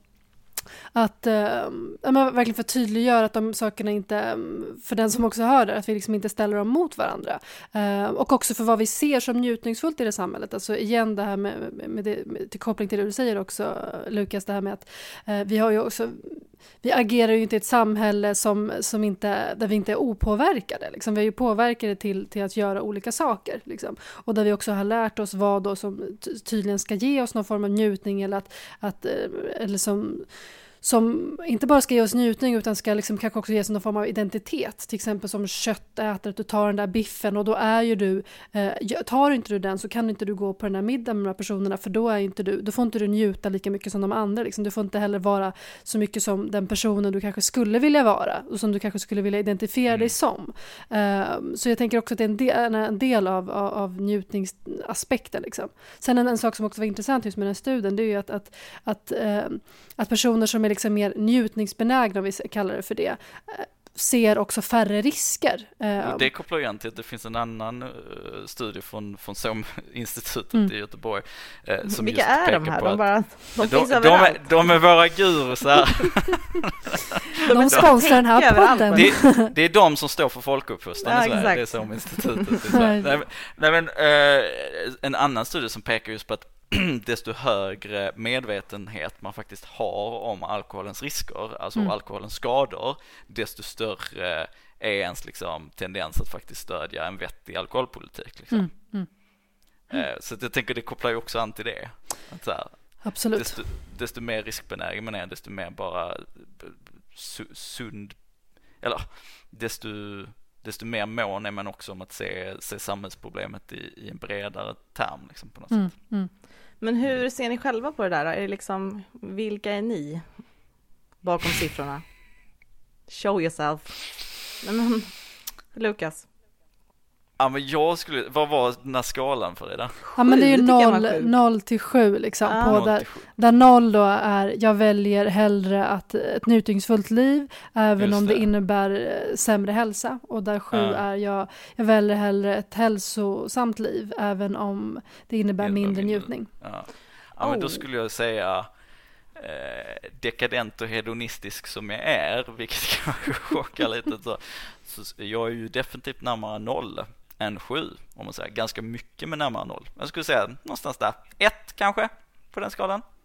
att verkligen för tydliggöra att de sakerna inte, för den som också hör det, att vi liksom inte ställer dem mot varandra. Och också för vad vi ser som njutningsfullt i det samhället. Alltså igen det här med till koppling till det du säger också, Lukas, det här med att vi har ju också, vi agerar ju inte i ett samhälle som inte, där vi inte är opåverkade. Liksom. Vi är ju påverkade till att göra olika saker. Liksom. Och där vi också har lärt oss vad då som tydligen ska ge oss någon form av njutning, eller eller som inte bara ska ge oss njutning, utan ska liksom kanske också ge oss någon form av identitet. Till exempel som köttätare, att du tar den där biffen och då är ju du, tar inte du den så kan inte du gå på den här middagen med de här personerna, för då får inte du njuta lika mycket som de andra. Liksom. Du får inte heller vara så mycket som den personen du kanske skulle vilja vara och som du kanske skulle vilja identifiera dig som. Så jag tänker också att det är en del av njutningsaspekten. Liksom. Sen en sak som också var intressant just med den studien, det är ju att personer som är liksom mer njutningsbenägna, om vi kallar det för det, ser också färre risker. Och det kopplar igen till att det finns en annan studie från SOM-institutet i Göteborg. Som vilka just är de här? De finns överallt. De är våra gurusar. De sponsrar den här podden. Det är de som står för folkuppfostran i Sverige. Det är SOM-institutet i Sverige. En annan studie som pekar just på att desto högre medvetenhet man faktiskt har om alkoholens risker, alltså alkoholens skador, desto större är ens liksom tendens att faktiskt stödja en vettig alkoholpolitik. Liksom. Så jag tänker det kopplar ju också an till det. Att så här, absolut. Desto mer riskbenägen man är, desto mer bara sund, eller desto mer mån är man också om att se samhällsproblemet i en bredare term liksom, på något sätt. Men hur ser ni själva på det där? Är det liksom, vilka är ni bakom siffrorna? Show yourself. Men, Lukas? Ja, men vad var den här skalan för det där? Ja, men det är ju 0 till 7 liksom. På där 0 då är, jag väljer hellre ett njutningsfullt liv, även om det innebär sämre hälsa. Och där 7 är jag väljer hellre ett hälsosamt liv, även om det innebär mindre njutning. Ja, men då skulle jag säga dekadent och hedonistisk som jag är, vilket kanske chockar lite, så jag är ju definitivt närmare 0 än 7, om man säger. Ganska mycket med närmare 0. Jag skulle säga någonstans där 1 kanske på den skalan.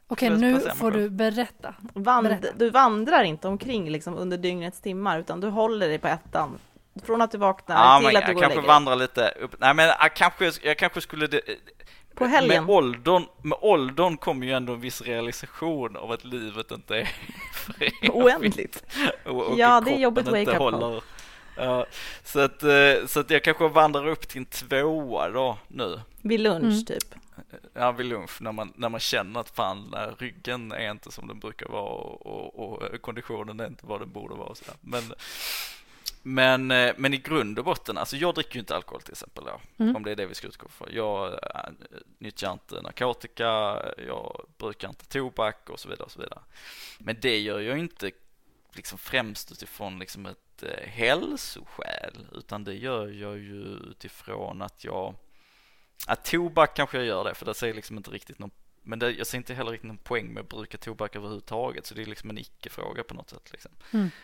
Okej, nu får du berätta. Du vandrar inte omkring liksom under dygnets timmar, utan du håller dig på ettan. Från att du vaknar till att du går och lägger. Jag kanske vandrar lite upp. Nej, men jag kanske skulle... På helgen. Med åldern kommer ju ändå en viss realisation av att livet inte är oändligt. Ja, det är jobbigt att wake up. Ja, så att jag kanske vandrar upp till en 2 då nu. Vid lunch typ. Ja, vid lunch när man känner att fan, ryggen är inte som den brukar vara och konditionen är inte vad den borde vara och så där. Men i grund och botten, alltså jag dricker ju inte alkohol till exempel då, om det är det vi ska utgå för. Jag nyttjar inte narkotika, jag brukar inte tobak och så vidare och så vidare. Men det gör jag inte liksom främst utifrån liksom ett hälsoskäl, utan det gör jag ju utifrån att tobak kanske jag gör det, för det säger liksom inte riktigt någon, men jag ser inte heller riktigt någon poäng med att bruka tobak överhuvudtaget, så det är liksom en icke-fråga på något sätt liksom.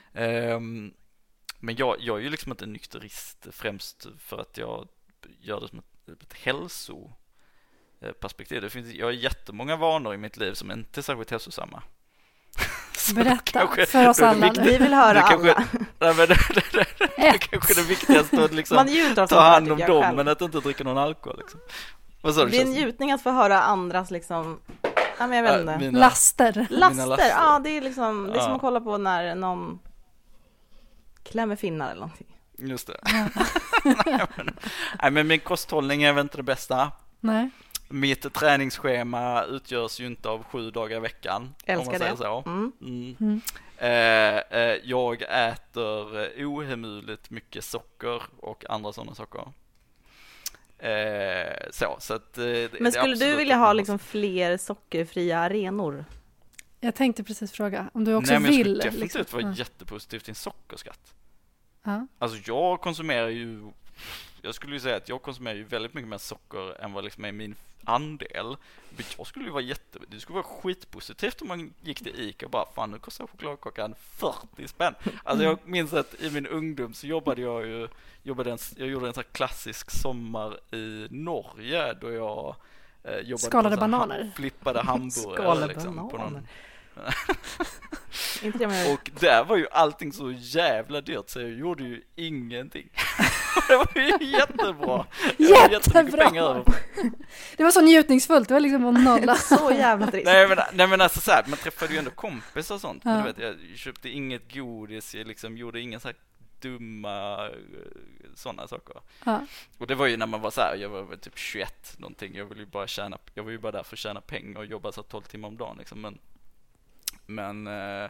Men jag är ju liksom inte nykterist främst för att jag gör det som ett hälsoperspektiv. Jag har jättemånga vanor i mitt liv som inte är särskilt hälsosamma. Berätta för oss alla. Vi vill höra alla. Det är kanske det viktigaste att liksom ta hand om dem själv. Men att inte dricka någon alkohol. Liksom. Det är en njutning att få höra andras liksom, ja, men jag vet inte. Laster. Ja, det är liksom, det är som att kolla på när någon klämmer finnar eller någonting. Just det. Nej, men min kosthållning är väl inte det bästa. Nej. Mitt träningsschema utgörs ju inte av 7 dagar i veckan. Älskar det. Så. Jag äter ohemult mycket socker och andra sådana saker. Så att, men skulle du vilja ha liksom fler sockerfria arenor? Jag tänkte precis fråga om du också vill. Jag skulle definitivt vara jättepositivt till en sockerskatt. Alltså jag skulle ju säga att jag konsumerar ju väldigt mycket mer socker än vad liksom är min andel. Jag skulle ju det skulle vara skitpositivt om man gick till Ica och bara, fan, nu kostar chokladkakan 40 spänn. Alltså jag minns att i min ungdom så jag gjorde en sån här klassisk sommar i Norge då jag jobbade skalade bananer. Flippade hamburgare liksom, på någon. Och där var ju allting så jävla dyrt så jag gjorde ju ingenting. Det var ju jättebra. Jättebra. Det var så njutningsfullt, det var liksom en nolla. Så jävla trist. Nej men alltså så här, man träffade ju ändå kompisar och sånt. Men du vet, jag köpte inget godis, jag liksom gjorde inga så här dumma sådana saker. Och det var ju när man var så här, jag var typ 21 någonting. Jag var ju bara där för att tjäna pengar och jobba så 12 timmar om dagen liksom. Men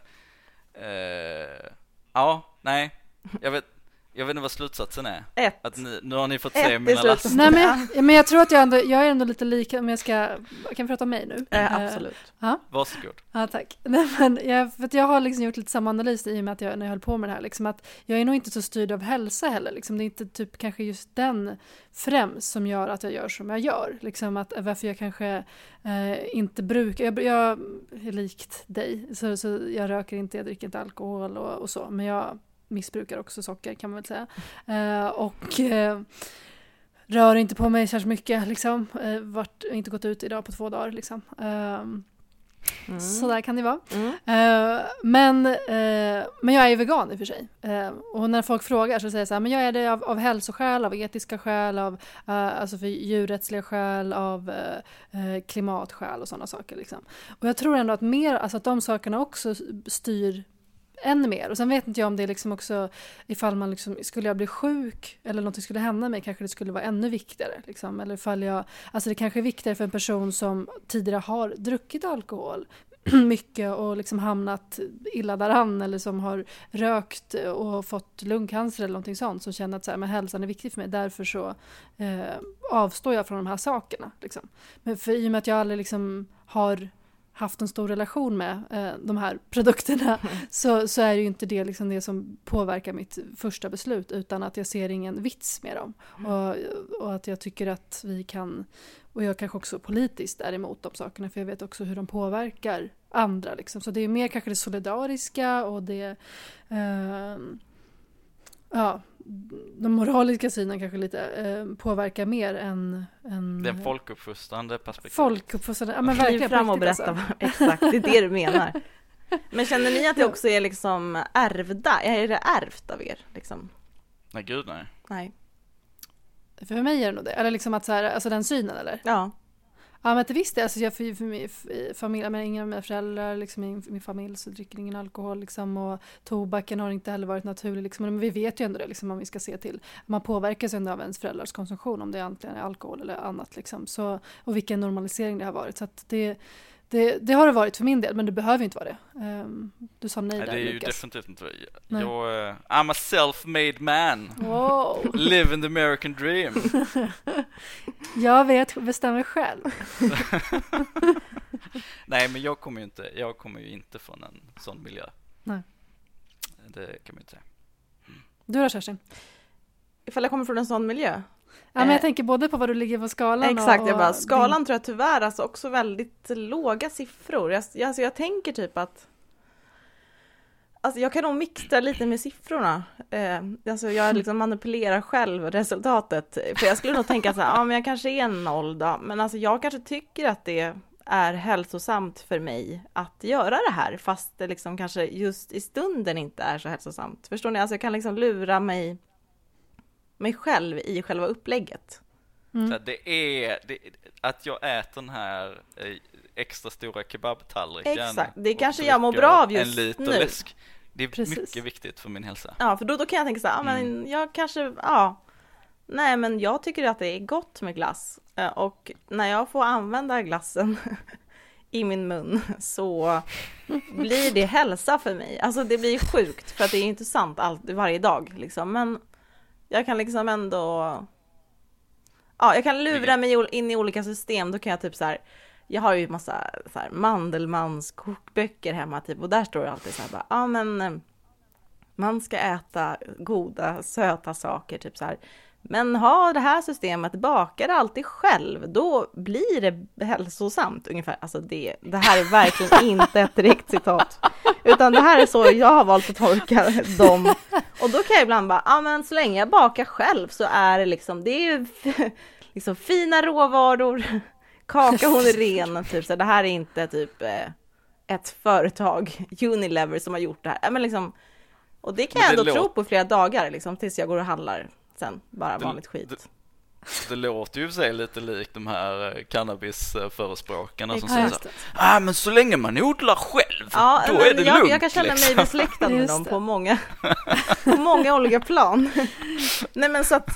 nej. Jag vet inte vad slutsatsen är. Att nu har ni fått se mina laster. Nej, men jag tror att jag är ändå lite lika, om jag kan prata om mig nu. Absolut. Varsågod. Ja, tack. Nej, men jag har liksom gjort lite samma analys i och med att när jag höll på med det här liksom, att jag är nog inte så styrd av hälsa heller liksom. Det är inte typ kanske just den främst som gör att jag gör som jag gör liksom, att varför jag kanske inte brukar, jag är likt dig så jag röker inte, jag dricker inte alkohol och så, men jag missbrukar också socker kan man väl säga. Och rör inte på mig särskilt mycket liksom. Inte gått ut idag på 2 dagar liksom. Så där kan det vara. Men jag är vegan i och för sig. Och när folk frågar så säger jag så här, men jag är det av hälsoskäl, av etiska skäl, av alltså för djurrättsliga skäl, av klimatskäl och sådana saker liksom. Och jag tror ändå att mer, alltså att de sakerna också styr ännu mer. Och sen vet inte jag om det liksom också, ifall man liksom, skulle jag bli sjuk eller något skulle hända mig, kanske det skulle vara ännu viktigare liksom. Eller ifall alltså det kanske är viktigare för en person som tidigare har druckit alkohol mycket och liksom hamnat illa däran, eller som har rökt och fått lungcancer eller någonting sånt, som känner att så här, men hälsan är viktig för mig, därför så avstår jag från de här sakerna liksom. Men för i och med att jag aldrig liksom har haft en stor relation med de här produkterna så är det ju inte det, liksom det som påverkar mitt första beslut, utan att jag ser ingen vits med dem. Och att jag tycker att vi kan, och jag kanske också politiskt är emot de sakerna, för jag vet också hur de påverkar andra. Liksom. Så det är mer kanske det solidariska och det de moraliska synen kanske lite påverkar mer än det är folkuppfostrande perspektiv. Folkuppfostrande, ja men verkligen. Fram och berätta alltså. Exakt, det är det du menar. Men känner ni att det också är liksom ärvda? Är det ärvt av er? Liksom? Nej, gud nej. Nej. För mig är det nog det. Eller liksom att så här, alltså den synen eller? Ja. Ja men till visst det. Alltså jag för min familj, men ingen av mina föräldrar, liksom i min familj så dricker ingen alkohol liksom, och tobaken har inte heller varit naturlig liksom. Men vi vet ju ändå det liksom, om vi ska se till. Man påverkas ändå av ens föräldrars konsumtion, om det antingen är alkohol eller annat liksom. Så, och vilken normalisering det har varit. Så att det har det varit för min del, men det behöver inte vara det. Du sa nej där, det är ju Lukas. definitivt inte. I'm a self-made man. Wow. Live in the American dream. Jag bestämmer själv. Nej, men jag kommer ju inte från en sån miljö. Nej. Det kan man inte säga. Du då, Kerstin? Ifall jag kommer från en sån miljö? Ja, men jag tänker både på vad du ligger på skalan exakt, och jag bara, skalan tror jag tyvärr alltså också väldigt låga siffror. Jag tänker typ att alltså jag kan nog mixtra lite med siffrorna. Alltså jag liksom manipulerar själv resultatet. För jag skulle nog tänka så här, ja men jag kanske är en 0 då. Men alltså jag kanske tycker att det är hälsosamt för mig att göra det här. Fast det liksom kanske just i stunden inte är så hälsosamt. Förstår ni? Alltså jag kan liksom lura mig själv i själva upplägget. Så det är att jag äter den här extra stora kebabtallriken. Exakt, det kanske jag mår bra av just en liter nu. läsk. Det är Precis. mycket viktigt för min hälsa. Ja, för då kan jag tänka så här, men jag kanske, nej men jag tycker att det är gott med glass. Och när jag får använda glassen i min mun så blir det hälsa för mig. Alltså det blir sjukt för att det är inte sant varje dag liksom. Men jag kan liksom ändå, jag kan lura mig in i olika system. Då kan jag typ så här, jag har ju massa så här Mandelmans kokböcker hemma typ, och där står det alltid så här bara, men man ska äta goda söta saker typ så här. Men ha det här systemet, baka det alltid själv, då blir det hälsosamt ungefär. Alltså det här är verkligen inte ett direkt citat. Utan det här är så jag har valt att tolka dem. Och då kan jag ibland bara, men så länge jag bakar själv så är det liksom, det är ju liksom fina råvaror. Kaka hon är ren, typ så det här är inte typ ett företag, Unilever, som har gjort det här. Men liksom, och det kan jag ändå tro på flera dagar liksom, tills jag går och handlar sen, bara vanligt skit. Det låter ju sig lite likt de här cannabisförespråkarna som säger så, men så länge man odlar själv, då är det lugnt. Jag kan känna mig besläktad med dem på många olika plan. Nej men så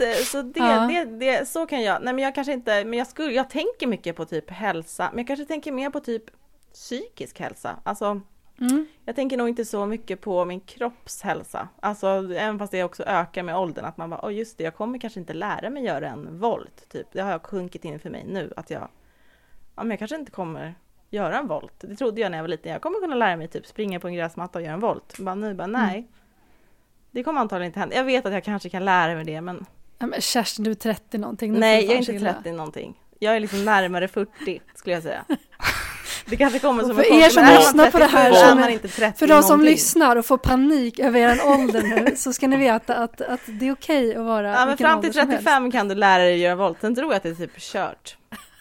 det så kan jag. Nej men jag kanske inte, men jag tänker mycket på typ hälsa, men jag kanske tänker mer på typ psykisk hälsa. Alltså jag tänker nog inte så mycket på min kroppshälsa. Alltså även fast det också ökar med åldern, att man bara, just det, jag kommer kanske inte lära mig göra en volt typ. Det har jag sjunkit in för mig nu, att men jag kanske inte kommer göra en volt. Det trodde jag när jag var liten. Jag kommer kunna lära mig typ springa på en gräsmatta och göra en volt. Nej. Det kommer antagligen inte hända. Jag vet att jag kanske kan lära mig det, men Kerstin, du är 30 någonting. Nej, jag är inte 30 någonting. Jag är liksom närmare 40 skulle jag säga. Det kanske kommer som för er som lyssnar på det här, för de som lyssnar och får panik över er ålder nu, så ska ni veta att det är okej att vara. Ja, men fram till 35 kan du lära dig att göra volt. Sen tror jag att det är typ kört.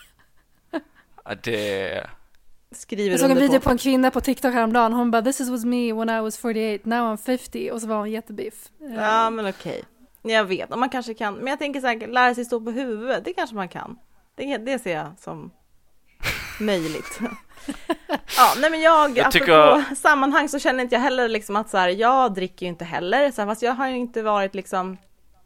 Ja, det skriver jag såg en video på en kvinna på TikTok häromdagen. Hon bara, this was me when I was 48, now I'm 50. Och så var hon jättebiff. Ja, men okej. Jag vet, och man kanske kan. Men jag tänker så här, lära sig stå på huvudet, det kanske man kan. Det ser jag som möjligt. Ja, nej men jag på sammanhang så känner inte jag heller liksom att så här, jag dricker ju inte heller. Så här, fast jag har inte varit liksom,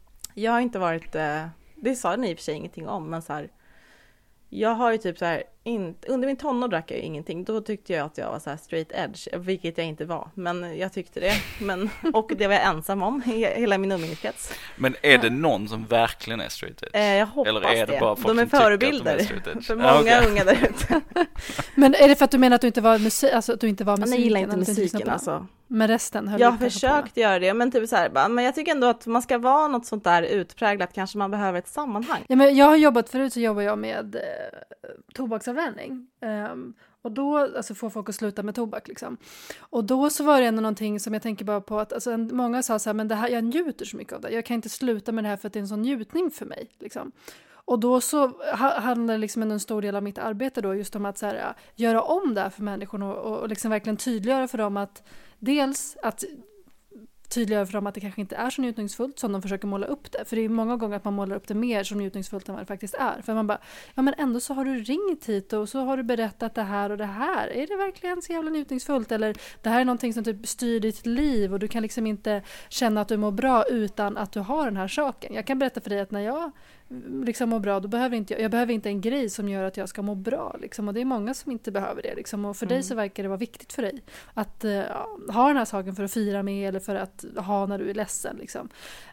det sa ni i och för sig ingenting om, men så här, jag har ju typ så här, under min tonår drack jag ju ingenting. Då tyckte jag att jag var så här straight edge, vilket jag inte var. Men jag tyckte det. Och det var jag ensam om, hela min umgängeskrets. Men är det någon som verkligen är straight edge? Jag hoppas eller är det. Bara folk de är förebilder för många unga där ute. Men är det för att du menar att du inte var musik, alltså att du inte var musiken? Jag gillar inte musiken alltså. Men resten höll Jag du kanske försökt göra det, men typ så här, men jag tycker ändå att man ska vara något sånt där utpräglat, kanske man behöver ett sammanhang. Ja, men jag har jobbat förut, så jobbar jag med tobaksavvänjning. Och då, alltså få folk att sluta med tobak liksom. Och då så var det ändå någonting som jag tänker bara på att alltså, många sa så här, men det här, jag njuter så mycket av det. Jag kan inte sluta med det här för att det är en sån njutning för mig liksom. Och då så handlar liksom en stor del av mitt arbete då just om att så här, göra om det här för människor och liksom verkligen tydliggöra för dem att dels att tydliggöra för dem att det kanske inte är så njutningsfullt som de försöker måla upp det. För det är många gånger att man målar upp det mer som njutningsfullt än vad det faktiskt är. För man bara, ja men ändå så har du ringt hit och så har du berättat det här och det här. Är det verkligen så jävla njutningsfullt? Eller det här är någonting som typ styr ditt liv och du kan liksom inte känna att du mår bra utan att du har den här saken. Jag kan berätta för dig att när jag liksom mår bra, då behöver jag behöver inte en grej som gör att jag ska må bra liksom. Och det är många som inte behöver det liksom. Och för dig så verkar det vara viktigt för dig att ha den här saken för att fira med eller för att ha när du är ledsen liksom.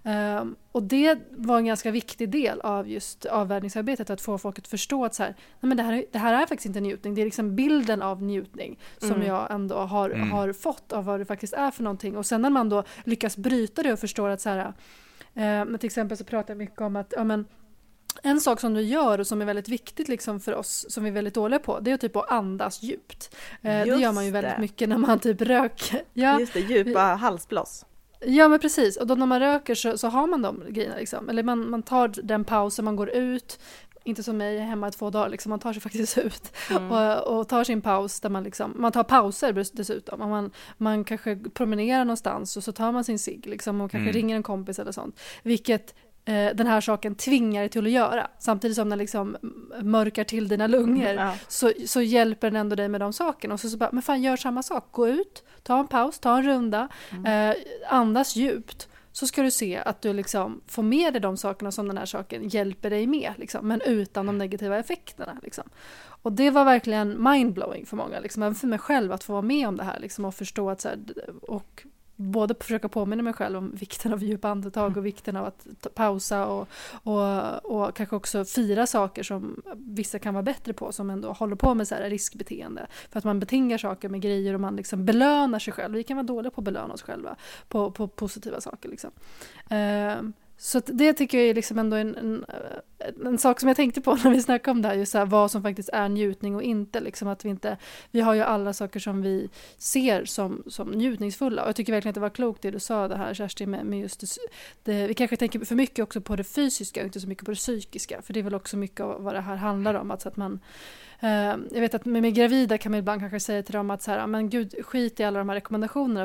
Och det var en ganska viktig del av just avvärjningsarbetet, att få folk att förstå att så här, nej men det här är faktiskt inte njutning, det är liksom bilden av njutning som jag ändå har fått av vad det faktiskt är för någonting. Och sen när man då lyckas bryta det och förstår att så här, men till exempel så pratar jag mycket om att en sak som du gör och som är väldigt viktigt liksom för oss som vi är väldigt dåliga på, det är typ att andas djupt. Det gör man ju väldigt mycket när man typ röker. Ja. Just det, djupa halsblås. Ja men precis, och då när man röker så har man de grejerna liksom. Eller man tar den pausen, man går ut, inte som mig hemma i 2 dagar liksom, man tar sig faktiskt ut och tar sin paus där man tar pauser dessutom. Och man kanske promenerar någonstans och så tar man sin cigg liksom, och kanske ringer en kompis eller sånt. Vilket den här saken tvingar dig till att göra. Samtidigt som den liksom mörkar till dina lungor så hjälper den ändå dig med de sakerna. Och så bara, men fan, gör samma sak. Gå ut, ta en paus, ta en runda, andas djupt. Så ska du se att du liksom får med dig de sakerna som den här saken hjälper dig med. Liksom, men utan de negativa effekterna. Liksom. Och det var verkligen mindblowing för många. Liksom, även för mig själv att få vara med om det här. Liksom, och förstå att så här, och både försöka påminna mig själv om vikten av djupa andetag och vikten av att pausa och kanske också fira saker som vissa kan vara bättre på, som ändå håller på med så här riskbeteende. För att man betingar saker med grejer och man liksom belönar sig själv. Vi kan vara dåliga på att belöna oss själva på positiva saker. Liksom. Så det tycker jag är liksom ändå en sak som jag tänkte på när vi snackade om det här, just så här, vad som faktiskt är njutning och inte. Liksom att vi har ju alla saker som vi ser som njutningsfulla. Och jag tycker verkligen att det var klokt det du sa det här, Kerstin, med just det, vi kanske tänker för mycket också på det fysiska och inte så mycket på det psykiska. För det är väl också mycket av vad det här handlar om. Att man jag vet att med gravida kan man ibland kanske säga till dem att så här, men gud, skit i alla de här rekommendationerna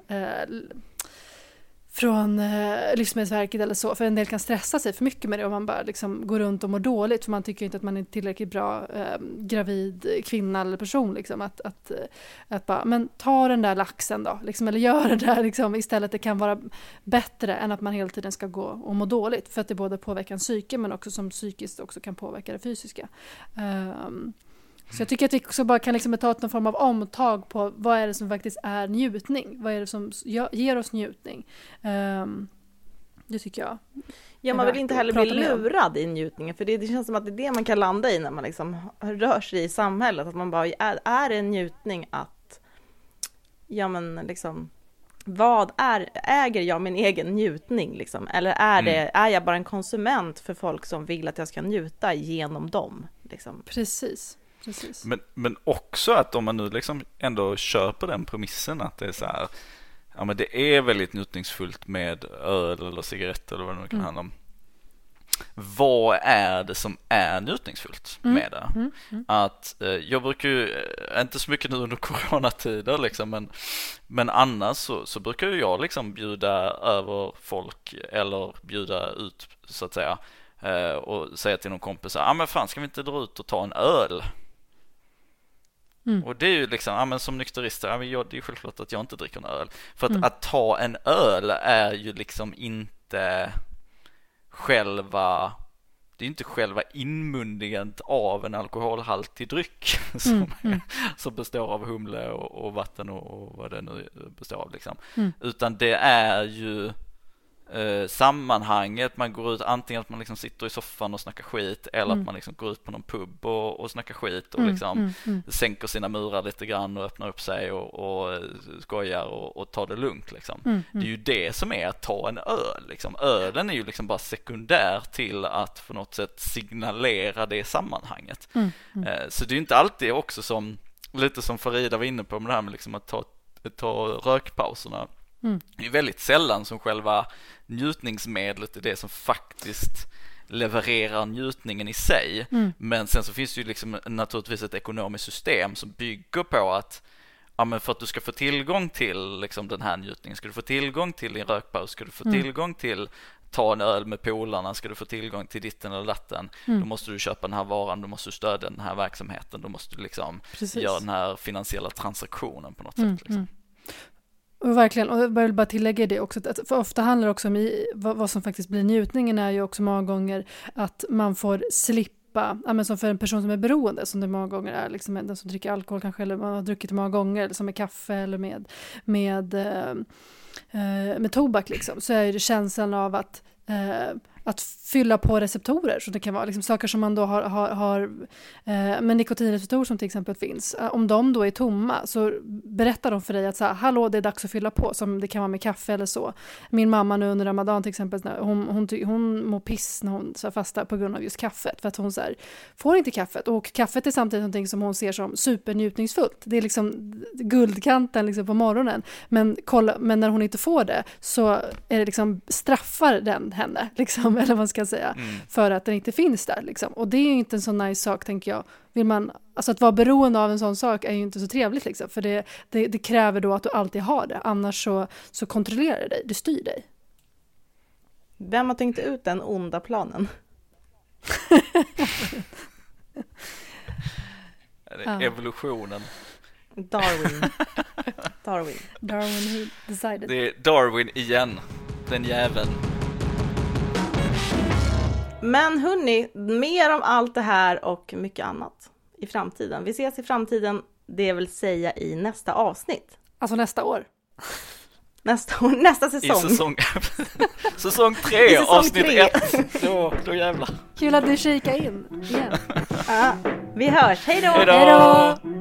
från Livsmedelsverket eller så, för en del kan stressa sig för mycket med det och man bara liksom går runt och mår dåligt för man tycker inte att man är tillräckligt bra gravid kvinna eller person liksom, att bara, men ta den där laxen då liksom, eller gör det där liksom, istället. Det kan vara bättre än att man hela tiden ska gå och må dåligt, för att det både påverkar en psyke men också som psykiskt också kan påverka det fysiska. Så jag tycker att vi också bara kan liksom ta någon form av omtag på vad är det som faktiskt är njutning. Vad är det som ger oss njutning? Det tycker jag. Ja, man vill inte heller bli lurad i njutningen. För det känns som att det är det man kan landa i när man liksom rör sig i samhället. Att man bara, är det en njutning att, ja men liksom, äger jag min egen njutning liksom? Eller är jag bara en konsument för folk som vill att jag ska njuta genom dem? Liksom? Precis. Men också att om man nu liksom ändå köper den premissen att det är så här, ja men det är väldigt njutningsfullt med öl eller cigaretter eller vad det nu kan handla om. Vad är det som är njutningsfullt med det? Att jag brukar ju, inte så mycket nu under coronatider liksom, men annars så brukar ju jag liksom bjuda över folk eller bjuda ut så att säga, och säga till någon kompis, ja men fan, ska vi inte dra ut och ta en öl? Och det är ju liksom, men som nykterist, det är ju självklart att jag inte dricker en öl. För att ta en öl är ju liksom inte själva, det är inte själva inmundigandet av en alkoholhaltig dryck som består av humle och vatten och vad det nu består av liksom. Utan det är ju sammanhanget. Man går ut, antingen att man liksom sitter i soffan och snackar skit, eller att man liksom går ut på någon pub och snackar skit och liksom sänker sina murar lite grann och öppnar upp sig och skojar och tar det lugnt liksom. Det är ju det som är att ta en öl liksom. Ölen är ju liksom bara sekundär till att på något sätt signalera det sammanhanget. Så det är ju inte alltid också som, lite som Farida var inne på med det här med liksom att ta rökpauserna. Det är väldigt sällan som själva njutningsmedlet är det som faktiskt levererar njutningen i sig. Men sen så finns det ju liksom naturligtvis ett ekonomiskt system som bygger på att men för att du ska få tillgång till liksom den här njutningen, ska du få tillgång till din rökpaus, ska du få tillgång till ta en öl med polarna, ska du få tillgång till ditten eller datten, då måste du köpa den här varan, då måste du stödja den här verksamheten, då måste du liksom göra den här finansiella transaktionen på något sätt liksom. Och verkligen, och jag vill bara tillägga det också, att för ofta handlar det också om vad som faktiskt blir njutningen, är ju också många gånger att man får slippa, men som för en person som är beroende, som det många gånger är liksom den som dricker alkohol kanske, eller man har druckit många gånger, eller som med kaffe eller med tobak liksom, så är det känslan av att fylla på receptorer, så det kan vara liksom saker som man då har med nikotinreceptorer som till exempel finns. Om de då är tomma så berättar de för dig att så här, hallå, det är dags att fylla på, som det kan vara med kaffe eller så. Min mamma nu under Ramadan till exempel, hon mår piss när hon så fastar på grund av just kaffet, för att hon så här, får inte kaffet, och kaffet är samtidigt någonting som hon ser som supernjutningsfullt. Det är liksom guldkanten liksom på morgonen, men när hon inte får det så är det liksom straffar den henne liksom, eller vad man ska säga, för att den inte finns där liksom. Och det är ju inte en sån nice sak, tänker jag. Vill man, alltså att vara beroende av en sån sak är ju inte så trevligt liksom, för det kräver då att du alltid har det, annars så kontrollerar det dig, det styr dig. Vem har tänkt ut den onda planen? Evolutionen. Darwin decided. Det är Darwin igen, den jäveln. Men hörni, mer om allt det här och mycket annat i framtiden. Vi ses i framtiden, det vill säga i nästa avsnitt. Alltså nästa år. Nästa säsong. Säsong 3, avsnitt 1. Då jävlar. Kul att du kikar in igen. Vi hörs, hej då! Hej då!